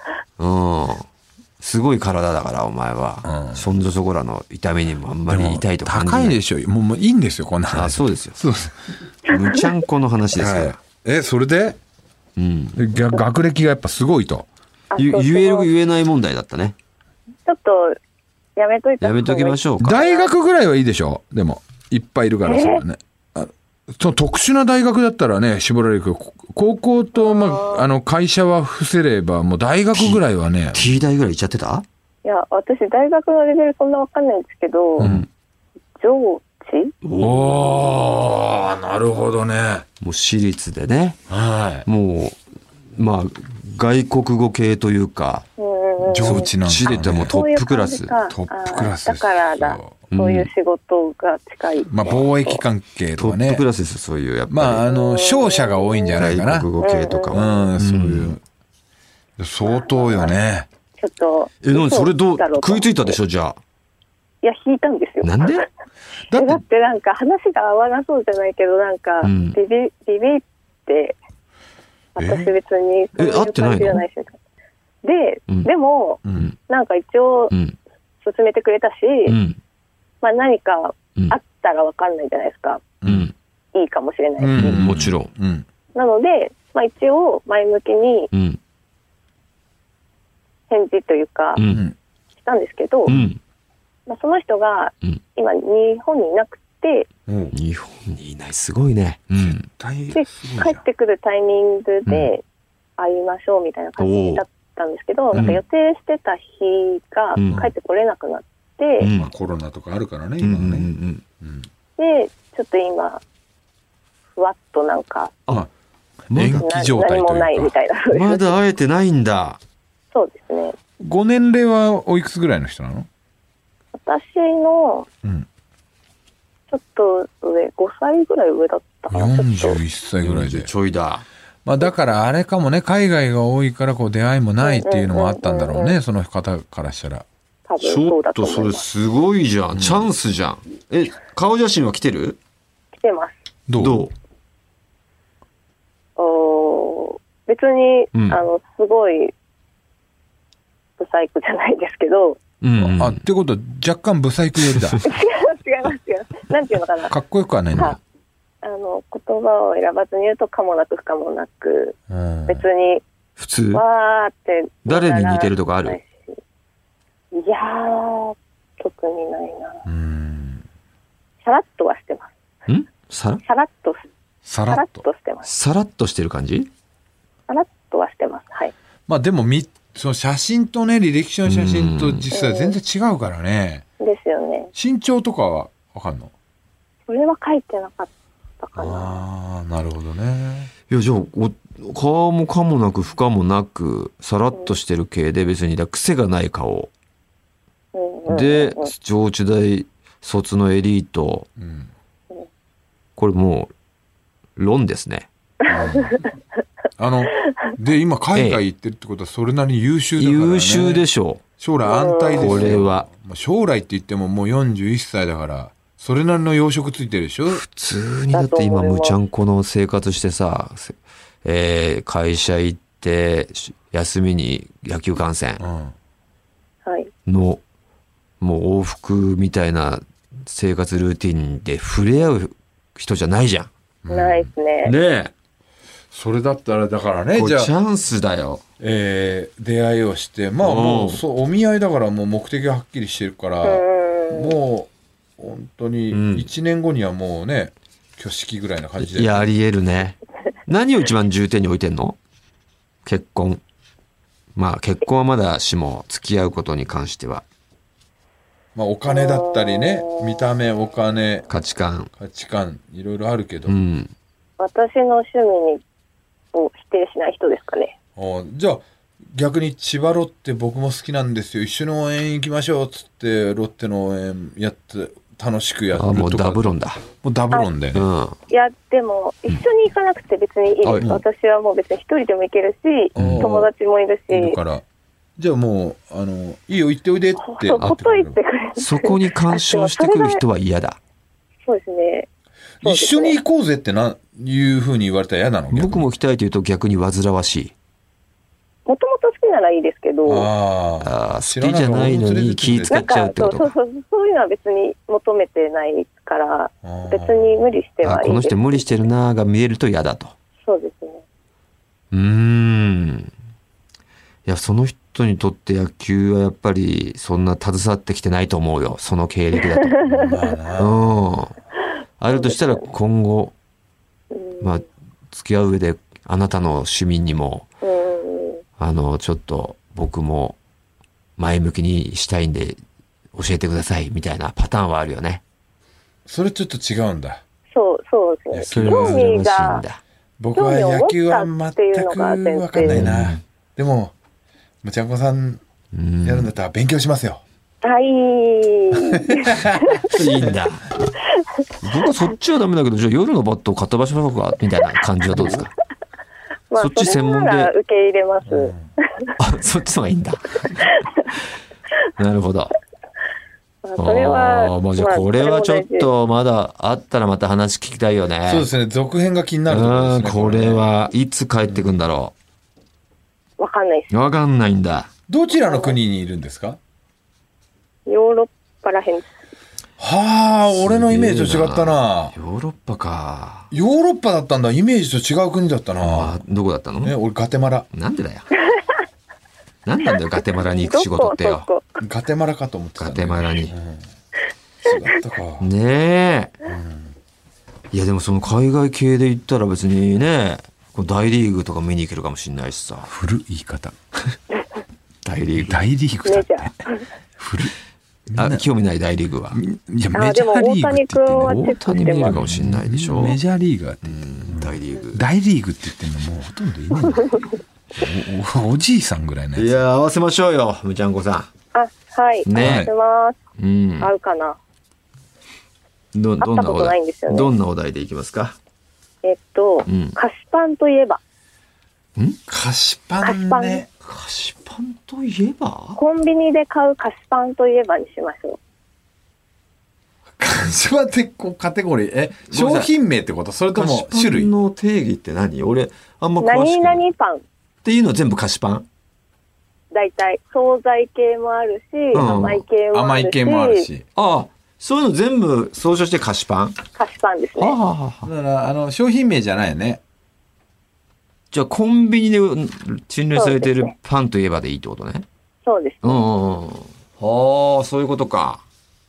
S1: すごい体だからお前は、そんじょそこらの痛みにもあんまり痛いと感じない。
S2: 高いでしょ。もういいんですよこんな話。
S1: そうですよ。
S2: そうです。
S1: むちゃんこの話ですから。
S2: それで、学歴がやっぱすごいと。
S1: 言える言えない問題だったね。
S3: ちょっとやめと
S1: きましょうか。
S2: 大学ぐらいはいいでしょ。でもいっぱいいるからそうだね。その特殊な大学だったらね絞られるけど、高校と会社は伏せればもう大学ぐらいはね。
S1: T 大ぐらい行っちゃってた？
S3: いや私大学のレベルそんなわかんないんですけど、上智？
S2: おーなるほどね。
S1: もう私立でね。
S2: はい。
S1: もうまあ外国語系というか。
S2: 上智なんですね。
S1: 私立はもうトップクラス。
S3: トップクラスだからだ。そういう仕事が近い。
S2: 貿易関係とかね。
S1: トップクラスですそういうやっぱ
S2: り。商社が多いんじゃないかな。
S1: 外国語系とかは。
S2: そういう。相当よね。
S3: ちょっと。
S1: それ食いついたでしょじゃあ。
S3: いや引いたんですよ。
S1: なんで？
S3: だってなんか話が合わなそうじゃないけどなんかビビって私別にそういう感じじゃないし。でも、なんか一応勧めてくれたし、何かあったら分かんないじゃないですか。いいかもしれないし。
S1: もちろん。
S3: なので、一応前向きに返事というか、したんですけど、その人が今日本にいなくて、
S1: 日本にいないすごいね。
S3: で帰ってくるタイミングで、 会いましょうみたいな感じだったんですけど、なんか予定してた日が帰ってこれなくなって、
S2: まあ、コロナとかあるからね、今はね。
S3: で、ちょっと今、ふわっとなんか、
S2: 延期状態というか。
S3: 何もないみたいな。
S1: まだ会えてないんだ。
S3: そうですね。
S2: ご年齢はおいくつぐらいの人なの？
S3: 私の、ちょっと上、5歳ぐらい上だったかな。
S2: 41歳ぐらいで。
S1: ちょいだ。
S2: まあだからあれかもね、海外が多いからこう出会いもないっていうのもあったんだろうね、その方からしたら。
S3: 多分
S1: ちょっ
S3: そうだと
S1: とそれ
S3: 思います。
S1: すごいじゃん。チャンスじゃん。顔写真は来てる？
S3: 来てます。
S1: どう？
S3: 別に、
S1: うん
S3: すごい、ブサイクじゃないですけど、
S2: あ、ってことは若干ブサイク寄りだ。
S3: 違います。なんていうのかな。
S2: かっこよくはないんだ。
S3: 言葉を選ばずに言うと、可もなく不可もなく、別に、
S1: 普通？
S3: わーって。
S1: 誰に似てるとかある？
S3: いやー、特にないな。さらっとはしてます。さらっとしてます。
S1: さらっとしてる感じ？
S3: さらっとはしてます。はい。
S2: まあでもその写真とね、履歴書の写真と実際全然違うからね。
S3: ですよね。
S2: 身長とかはわかんの？
S3: それは書いてなかったかな。
S2: ああ、なるほどね。
S1: いや、じゃあ、顔も可もなく不可もなく、さらっとしてる系で別に癖がない顔。で、上智大卒のエリート。これもう、論ですね。
S2: で、今海外行ってるってことはそれなりに優秀だからね。優
S1: 秀でしょう。
S2: 将来安泰ですよ。
S1: これは。
S2: 将来って言ってももう41歳だから、それなりの養殖ついてるでしょ？
S1: 普通にだって今むちゃんこの生活してさ、会社行って休みに野球観戦の、もう往復みたいな生活ルーティンで触れ合う人じゃないじゃん。
S3: ないですね。
S1: ねえ。
S2: それだったらだからね、
S1: じゃあチャンスだよ。
S2: 出会いをして、まあもうお見合いだからもう目的がはっきりしてるから、もう本当に1年後にはもうね、挙式ぐらいな感じで。
S1: いや、あり得るね。何を一番重点に置いてんの？結婚。まあ結婚はまだしも付き合うことに関しては。
S2: まあお金だったりね、見た目、お金、
S1: 価値観、
S2: いろいろあるけど。
S3: 私の趣味を否定しない人ですかね。
S2: じゃあ逆に千葉ロッテ僕も好きなんですよ。一緒に応援行きましょうっつってロッテの応援やって楽しくやるとか。
S1: もうダブロンだ。
S2: もうダブロンで、ね。
S3: いやでも一緒に行かなくて別にいいです。私はもう別に一人でも行けるし、友達もいるし。
S2: だからじゃあもういいよ行っておいでって
S3: ほっといてくれ。
S1: そこに干渉してくる人は嫌だ。
S3: そうですね。
S2: 一緒に行こうぜっていうふうに言われたら嫌なの？
S1: 僕も行きたいというと逆に煩わしい。
S3: もともと好きならいいですけど、
S1: 好きじゃないのに気使っちゃうってことか。
S3: そういうのは別に求めてないから別に無理してはいいです。
S1: この人無理してるなが見えると嫌だと。
S3: そうですね。
S1: いや、その人にとって野球はやっぱりそんな携わってきてないと思うよ。その経歴だと。あるとしたら今後、まあ付き合う上であなたの趣味にもちょっと僕も前向きにしたいんで教えてくださいみたいなパターンはあるよね。
S2: それちょっと違うんだ。
S3: そうですね。興味が
S2: 僕は野球は全く分かんないな。でもむちゃんこさんやるんだったら勉強しますよ。
S3: はい。い
S1: いんだ。僕はそっちはダメだけど、じゃあ夜のバットを買った場所の方がみたいな感じはどうですか？
S3: まあ、そっち専門で受け入れます。
S1: そっちの方がいいんだ。なるほど。
S3: それは
S1: じゃあこれはちょっとまだあったらまた話聞きたいよね。
S2: そうですね。続編が気になるところですね。
S1: これはいつ帰ってくんだろ
S3: う。わかんないです。
S1: わかんないんだ。
S2: どちらの国にいるんですか？
S3: ヨーロッパらへん。
S2: はあ、俺のイメージと違ったな。
S1: ヨーロッパか。
S2: ヨーロッパだったんだ。イメージと違う国だったな。
S1: どこだったの？
S2: 俺ガテマラ。
S1: なんでだよ。なんなんだよガテマラに行く仕事ってよ。
S2: ガテマラかと思ってた、ね。
S1: ガテマラに。違
S2: ったか。
S1: ねえ。いやでもその海外系で言ったら別にね、 これ大リーグとか見に行けるかもしれないしさ。
S2: 古い言い方。
S1: 大リーグ。
S2: 大リーグだって
S3: メジャー。
S2: 古い。
S1: 興味ない大リーグは。
S2: いやメジャーリーグって言ってんの。
S1: 大谷見れるかもしれないでしょ。
S2: メジャーリーガーって。
S1: 大リーグ。
S2: 大リーグって言ってんのもうほとんどいないんだよ。おじいさんぐらいのやつ。
S1: いや合わせましょうよ、むちゃんこさ
S3: あ、はい。
S1: ね
S3: 合わせます。
S1: ん。うん。
S3: 合うかな。
S1: どん
S3: 会ったことないんですよね
S1: どんなお題でいきますか。
S3: 菓子パンといえば。
S2: 菓子パンね。
S1: 菓子パンといえば。
S3: コンビニで買う菓子パンといえばにしましょう。
S2: 菓子パンってこうカテゴリー商品名ってこと？それとも種類？
S1: 菓子パンの定義って何？俺あんま詳しくない。
S3: 何々パン
S1: っていうの全部菓子パン？
S3: 大体惣菜系もあるし、甘い系もあるし。
S2: 甘い系もあるし。
S1: ああ、そういうの全部総称して菓子パン？
S3: 菓子パンですね。
S2: だから商品名じゃないよね。
S1: じゃあコンビニで陳列されているパンといえばでいいってことね。
S3: そうです、ね。
S1: はあ、そういうことか。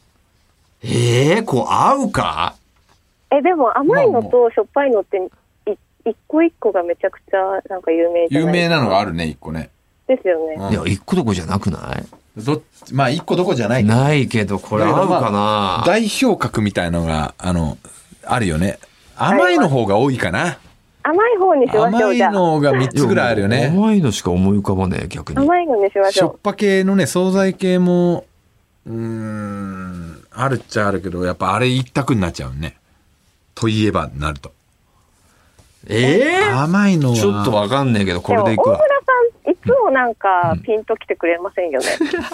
S1: こう合うか？
S3: でも甘いのとしょっぱいのって一個一個がめちゃくちゃなんか有名じゃないですか。
S2: 有名なのがあるね、一個ね。
S3: ですよね。
S1: いや、一個どこじゃなくない？
S2: まあ一個どこじゃないけど。
S1: ないけど、これ合うかな？
S2: 代表格みたいのが、あるよね。甘いの方が多いかな。
S3: 甘い方にしましょう。
S2: 甘いのが3つぐらいあるよね。
S1: 甘いのしか思い浮かばねえ、逆に。
S3: 甘いのにしましょう。
S2: しょっぱ系のね、惣菜系も、あるっちゃあるけど、やっぱあれ一択になっちゃうね。といえばなると。甘いのは。
S1: ちょっとわかんねえけど、これでいくわ。
S3: 大村さん、いつもなんかピンときてくれませんよね。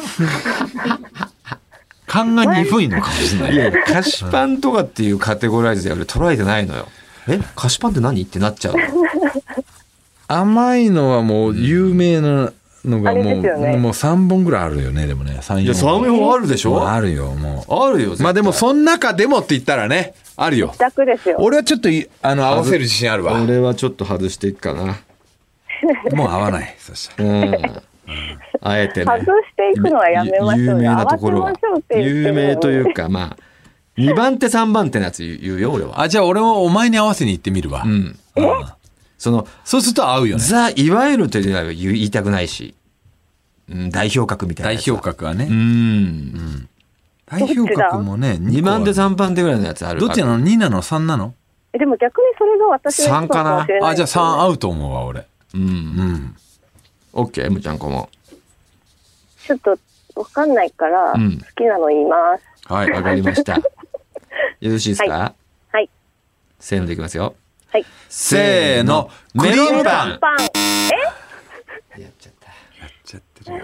S2: 勘が鈍いのかもしれない。
S1: いや、菓子パンとかっていうカテゴライズで俺捉えてないのよ。菓子パンって何ってなっちゃうの。
S2: 甘いのはもう有名なのがもう、
S3: ね、
S2: もう3本ぐらいあるよね、でもね。3、4本。
S1: いや、3本あるでしょ？
S2: あるよ、もう。
S1: あるよ、
S2: まあでも、その中でもって言ったらね、あるよ。
S3: 楽ですよ。
S2: 俺はちょっと合わせる自信あるわ。
S1: 俺はちょっと外していくかな。
S2: もう合わない、そしたら。
S1: あえてね。
S3: 外していくのはやめましょうよ。
S1: 有名なところは。有名というか、まあ、2番手3番手のやつ言うよ、俺は。
S2: じゃあ俺もお前に合わせに行ってみるわ。
S1: そうすると合うよね。いわゆるというのは言いたくないし。代表格みたいなやつ。
S2: 代表格はね。代表格もね、
S1: 2番手3番手ぐらいのやつある。
S2: どっちなの？ 2 なの 3 なの？
S3: でも逆にそれが私の
S1: 3かな。
S3: じゃ
S2: あ3合うと思うわ、俺。
S1: オッケー、むちゃんこも。
S3: ちょっとわかんないから、好きなの言います。
S1: はい、わかりました。よろしいですか？
S3: はい。
S1: せーのでいきますよ。
S3: はい。
S2: せーの、
S1: メロンパン。
S3: やっ
S1: ちゃった。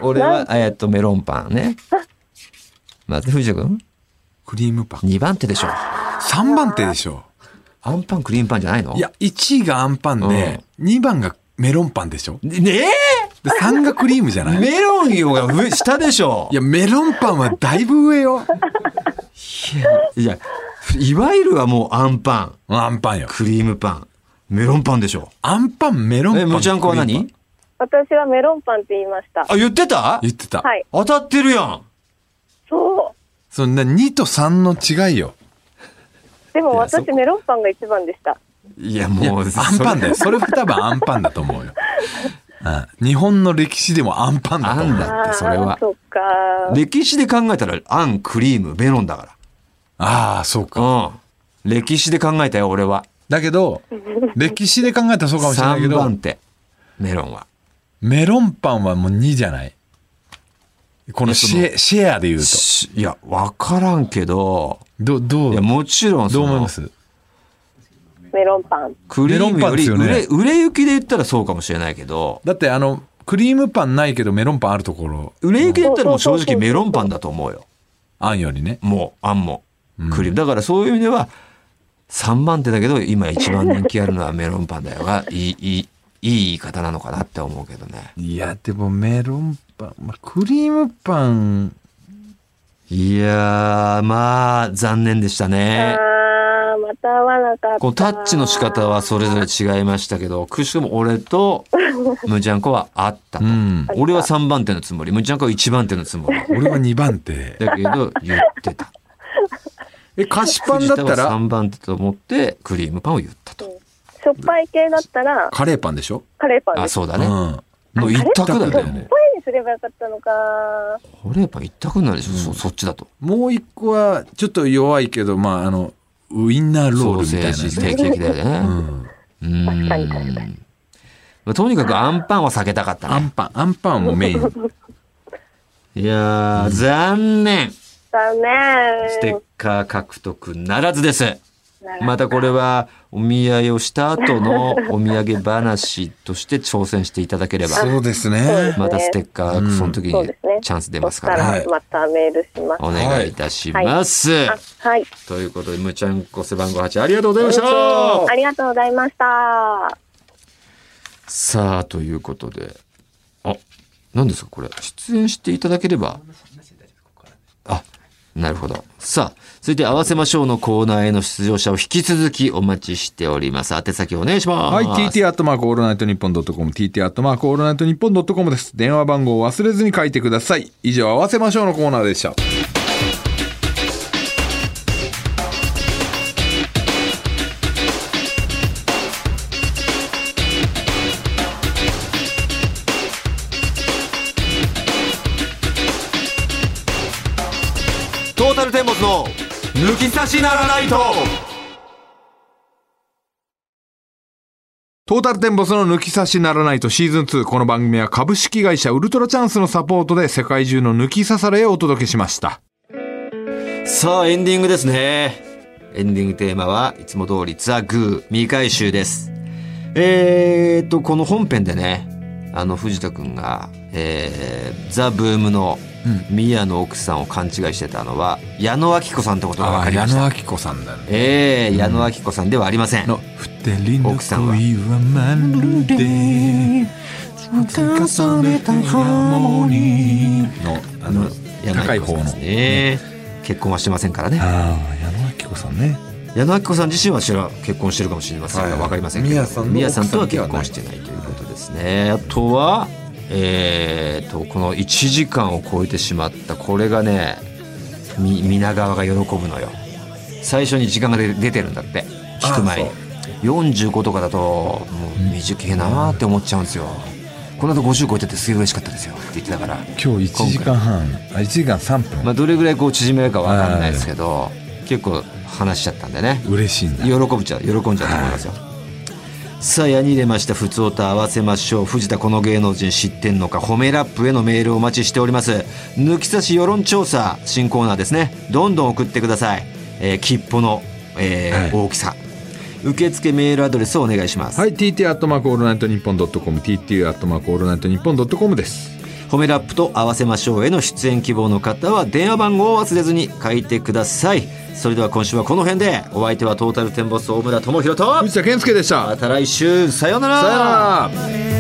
S1: 俺は、メロンパンね。まず、藤田君。
S2: クリームパン。
S1: 2番手でしょ。
S2: 3番手でしょ。
S1: アンパン、クリームパンじゃないの？
S2: いや、1位がアンパンで、2番がメロンパンでしょ。
S1: ね
S2: で3がクリームじゃない？
S1: メロンよが下でしょ。
S2: いや、メロンパンはだいぶ上よ。
S1: いや、いわゆるはもうアンパン。
S2: アンパンよ。
S1: クリームパン。メロンパンでしょ。
S2: アンパン、メロンパン。
S1: むちゃんこは何？
S3: 私はメロンパンって言いました。
S1: 言ってた？
S2: 言ってた。
S3: はい。
S1: 当たってるやん。
S3: そう。
S2: そんな2と3の違いよ。
S3: でも私メロンパンが一番でした。
S1: いやもう
S2: アンパンだよ。それは多分アンパンだと思うよ。日本の歴史でもアンパンだと思う。
S1: アンだってそれは。
S3: そっか。
S1: 歴史で考えたらアン、クリーム、メロンだか
S2: ら。そうか。
S1: 歴史で考えたよ俺は。
S2: だけど歴史で考えたらそうかもしれないけど。
S1: 3番手メロンは。
S2: メロンパンはもう2じゃない。このシェアで言うと。
S1: いや分からんけど。
S2: どう？
S1: いやもちろん
S2: どう思います？
S3: メロンパン。
S1: クリームより売れ行きで言ったらそうかもしれないけど。
S2: だってクリームパンないけどメロンパンあるところ。
S1: 売れ行きで言ったらもう正直メロンパンだと思うよ。
S2: あんよりね。
S1: もうあんもクリーム。だからそういう意味では3番手だけど今一番人気あるのはメロンパンだよがいい言い方なのかなって思うけどね。
S2: いやでもメロンパン、クリームパン。
S1: いやーまあ残念でしたね。
S3: また合わなかった。
S1: こうタッチの仕方はそれぞれ違いましたけど、くしくも俺とむちゃんこはあったと。俺は3番手のつもり、むちゃんこは1番手のつもり。
S2: 俺は2番手。
S1: だけど言ってた。
S2: 菓子パンだったら
S1: 3番手と思ってクリームパンを言ったと。
S3: しょっぱい系だったら、
S2: カレーパンでしょ。
S3: カレーパンです。
S1: あ、そうだね。
S2: うん。
S1: もう一択だよね。
S3: しょっぱいにすればよかったのか。
S1: カレーパン一択になるでしょ、そっちだと。
S2: もう一個は、ちょっと弱いけど、まあ、ウインナーロールみたいな、ね。
S1: ソーセージ定期的だよね。
S3: 確かに確かに。
S1: まあ、とにかくアンパンは避けたかったね。
S2: アンパンもメイン。
S1: いやー、残念。
S3: 残念。
S1: ステッカー獲得ならずです。またこれはお見合いをした後のお土産話として挑戦していただければ。
S2: そうですね。
S1: またステッカー、その時にチャンス出ますから。
S3: そしたらまたメールします。
S1: お願いいたします。
S3: はい。
S1: ということで、むちゃんこ背番号8ありがとうございました。
S3: ありがとうございました。
S1: さあ、ということで。あ、何ですかこれ。出演していただければ。あ、なるほど。さあ、続いて合わせましょうのコーナーへの出場者を引き続きお待ちしております。宛先お願いします。
S2: はい、TT アットマークオールナイトニッポンドットコム、TT アットマークオールナイトニッポンドットコムです。電話番号を忘れずに書いてください。以上、合わせましょうのコーナーでした。
S1: トータルテンボスの抜き差しならないと。
S2: トータルテンボスの抜き差しならないとシーズン2。この番組は株式会社ウルトラチャンスのサポートで世界中の抜き差されをお届けしました。
S1: さあ、エンディングですね。エンディングテーマはいつも通りザ・グー未回収です。この本編でね、藤田くんが、ザ・ブームの宮の奥さんを勘違いしてたのは矢野明子さんってことが分かりました。
S2: 矢野明子さんだね。
S1: 矢野明子さんではありません。奥さんは
S2: まるで重ねたハーモニーの高い方の
S1: ね。結婚はしてませんからね。
S2: 矢野明子さんね。
S1: 矢野明子さん自身は結婚してるかもしれませんが分かりませんけど、宮さんとは結婚してないということですね。あとはこの1時間を超えてしまった。これがね、皆川が喜ぶのよ。最初に時間が出てるんだって、聞く前に。45とかだともう短いなーって思っちゃうんですよ。この後50超えててすげえ嬉しかったですよって言ってたから。
S2: 今日1時間半、1時間3分。
S1: まあどれぐらいこう縮めるかわかんないですけど、結構話しちゃったんでね。
S2: 嬉しいんだ。
S1: 喜んじゃうと思いますよ。さあ、矢に入れましたふつおた合わせましょう。藤田この芸能人知ってんのか、褒めラップへのメールをお待ちしております。抜き差し世論調査新コーナーですね。どんどん送ってください。切符の、大きさ、受付メールアドレスをお願いします。
S2: はい、TT アットマークオールナイトニッポンドットコム、TT アットマークオールナイトニッポンドットコムです。
S1: 褒めラップと合わせましょうへの出演希望の方は電話番号を忘れずに書いてください。それでは今週はこの辺で。お相手はトータルテンボス大村智広と
S2: 藤田健介でした。
S1: また来週、さようなら。
S2: さようなら。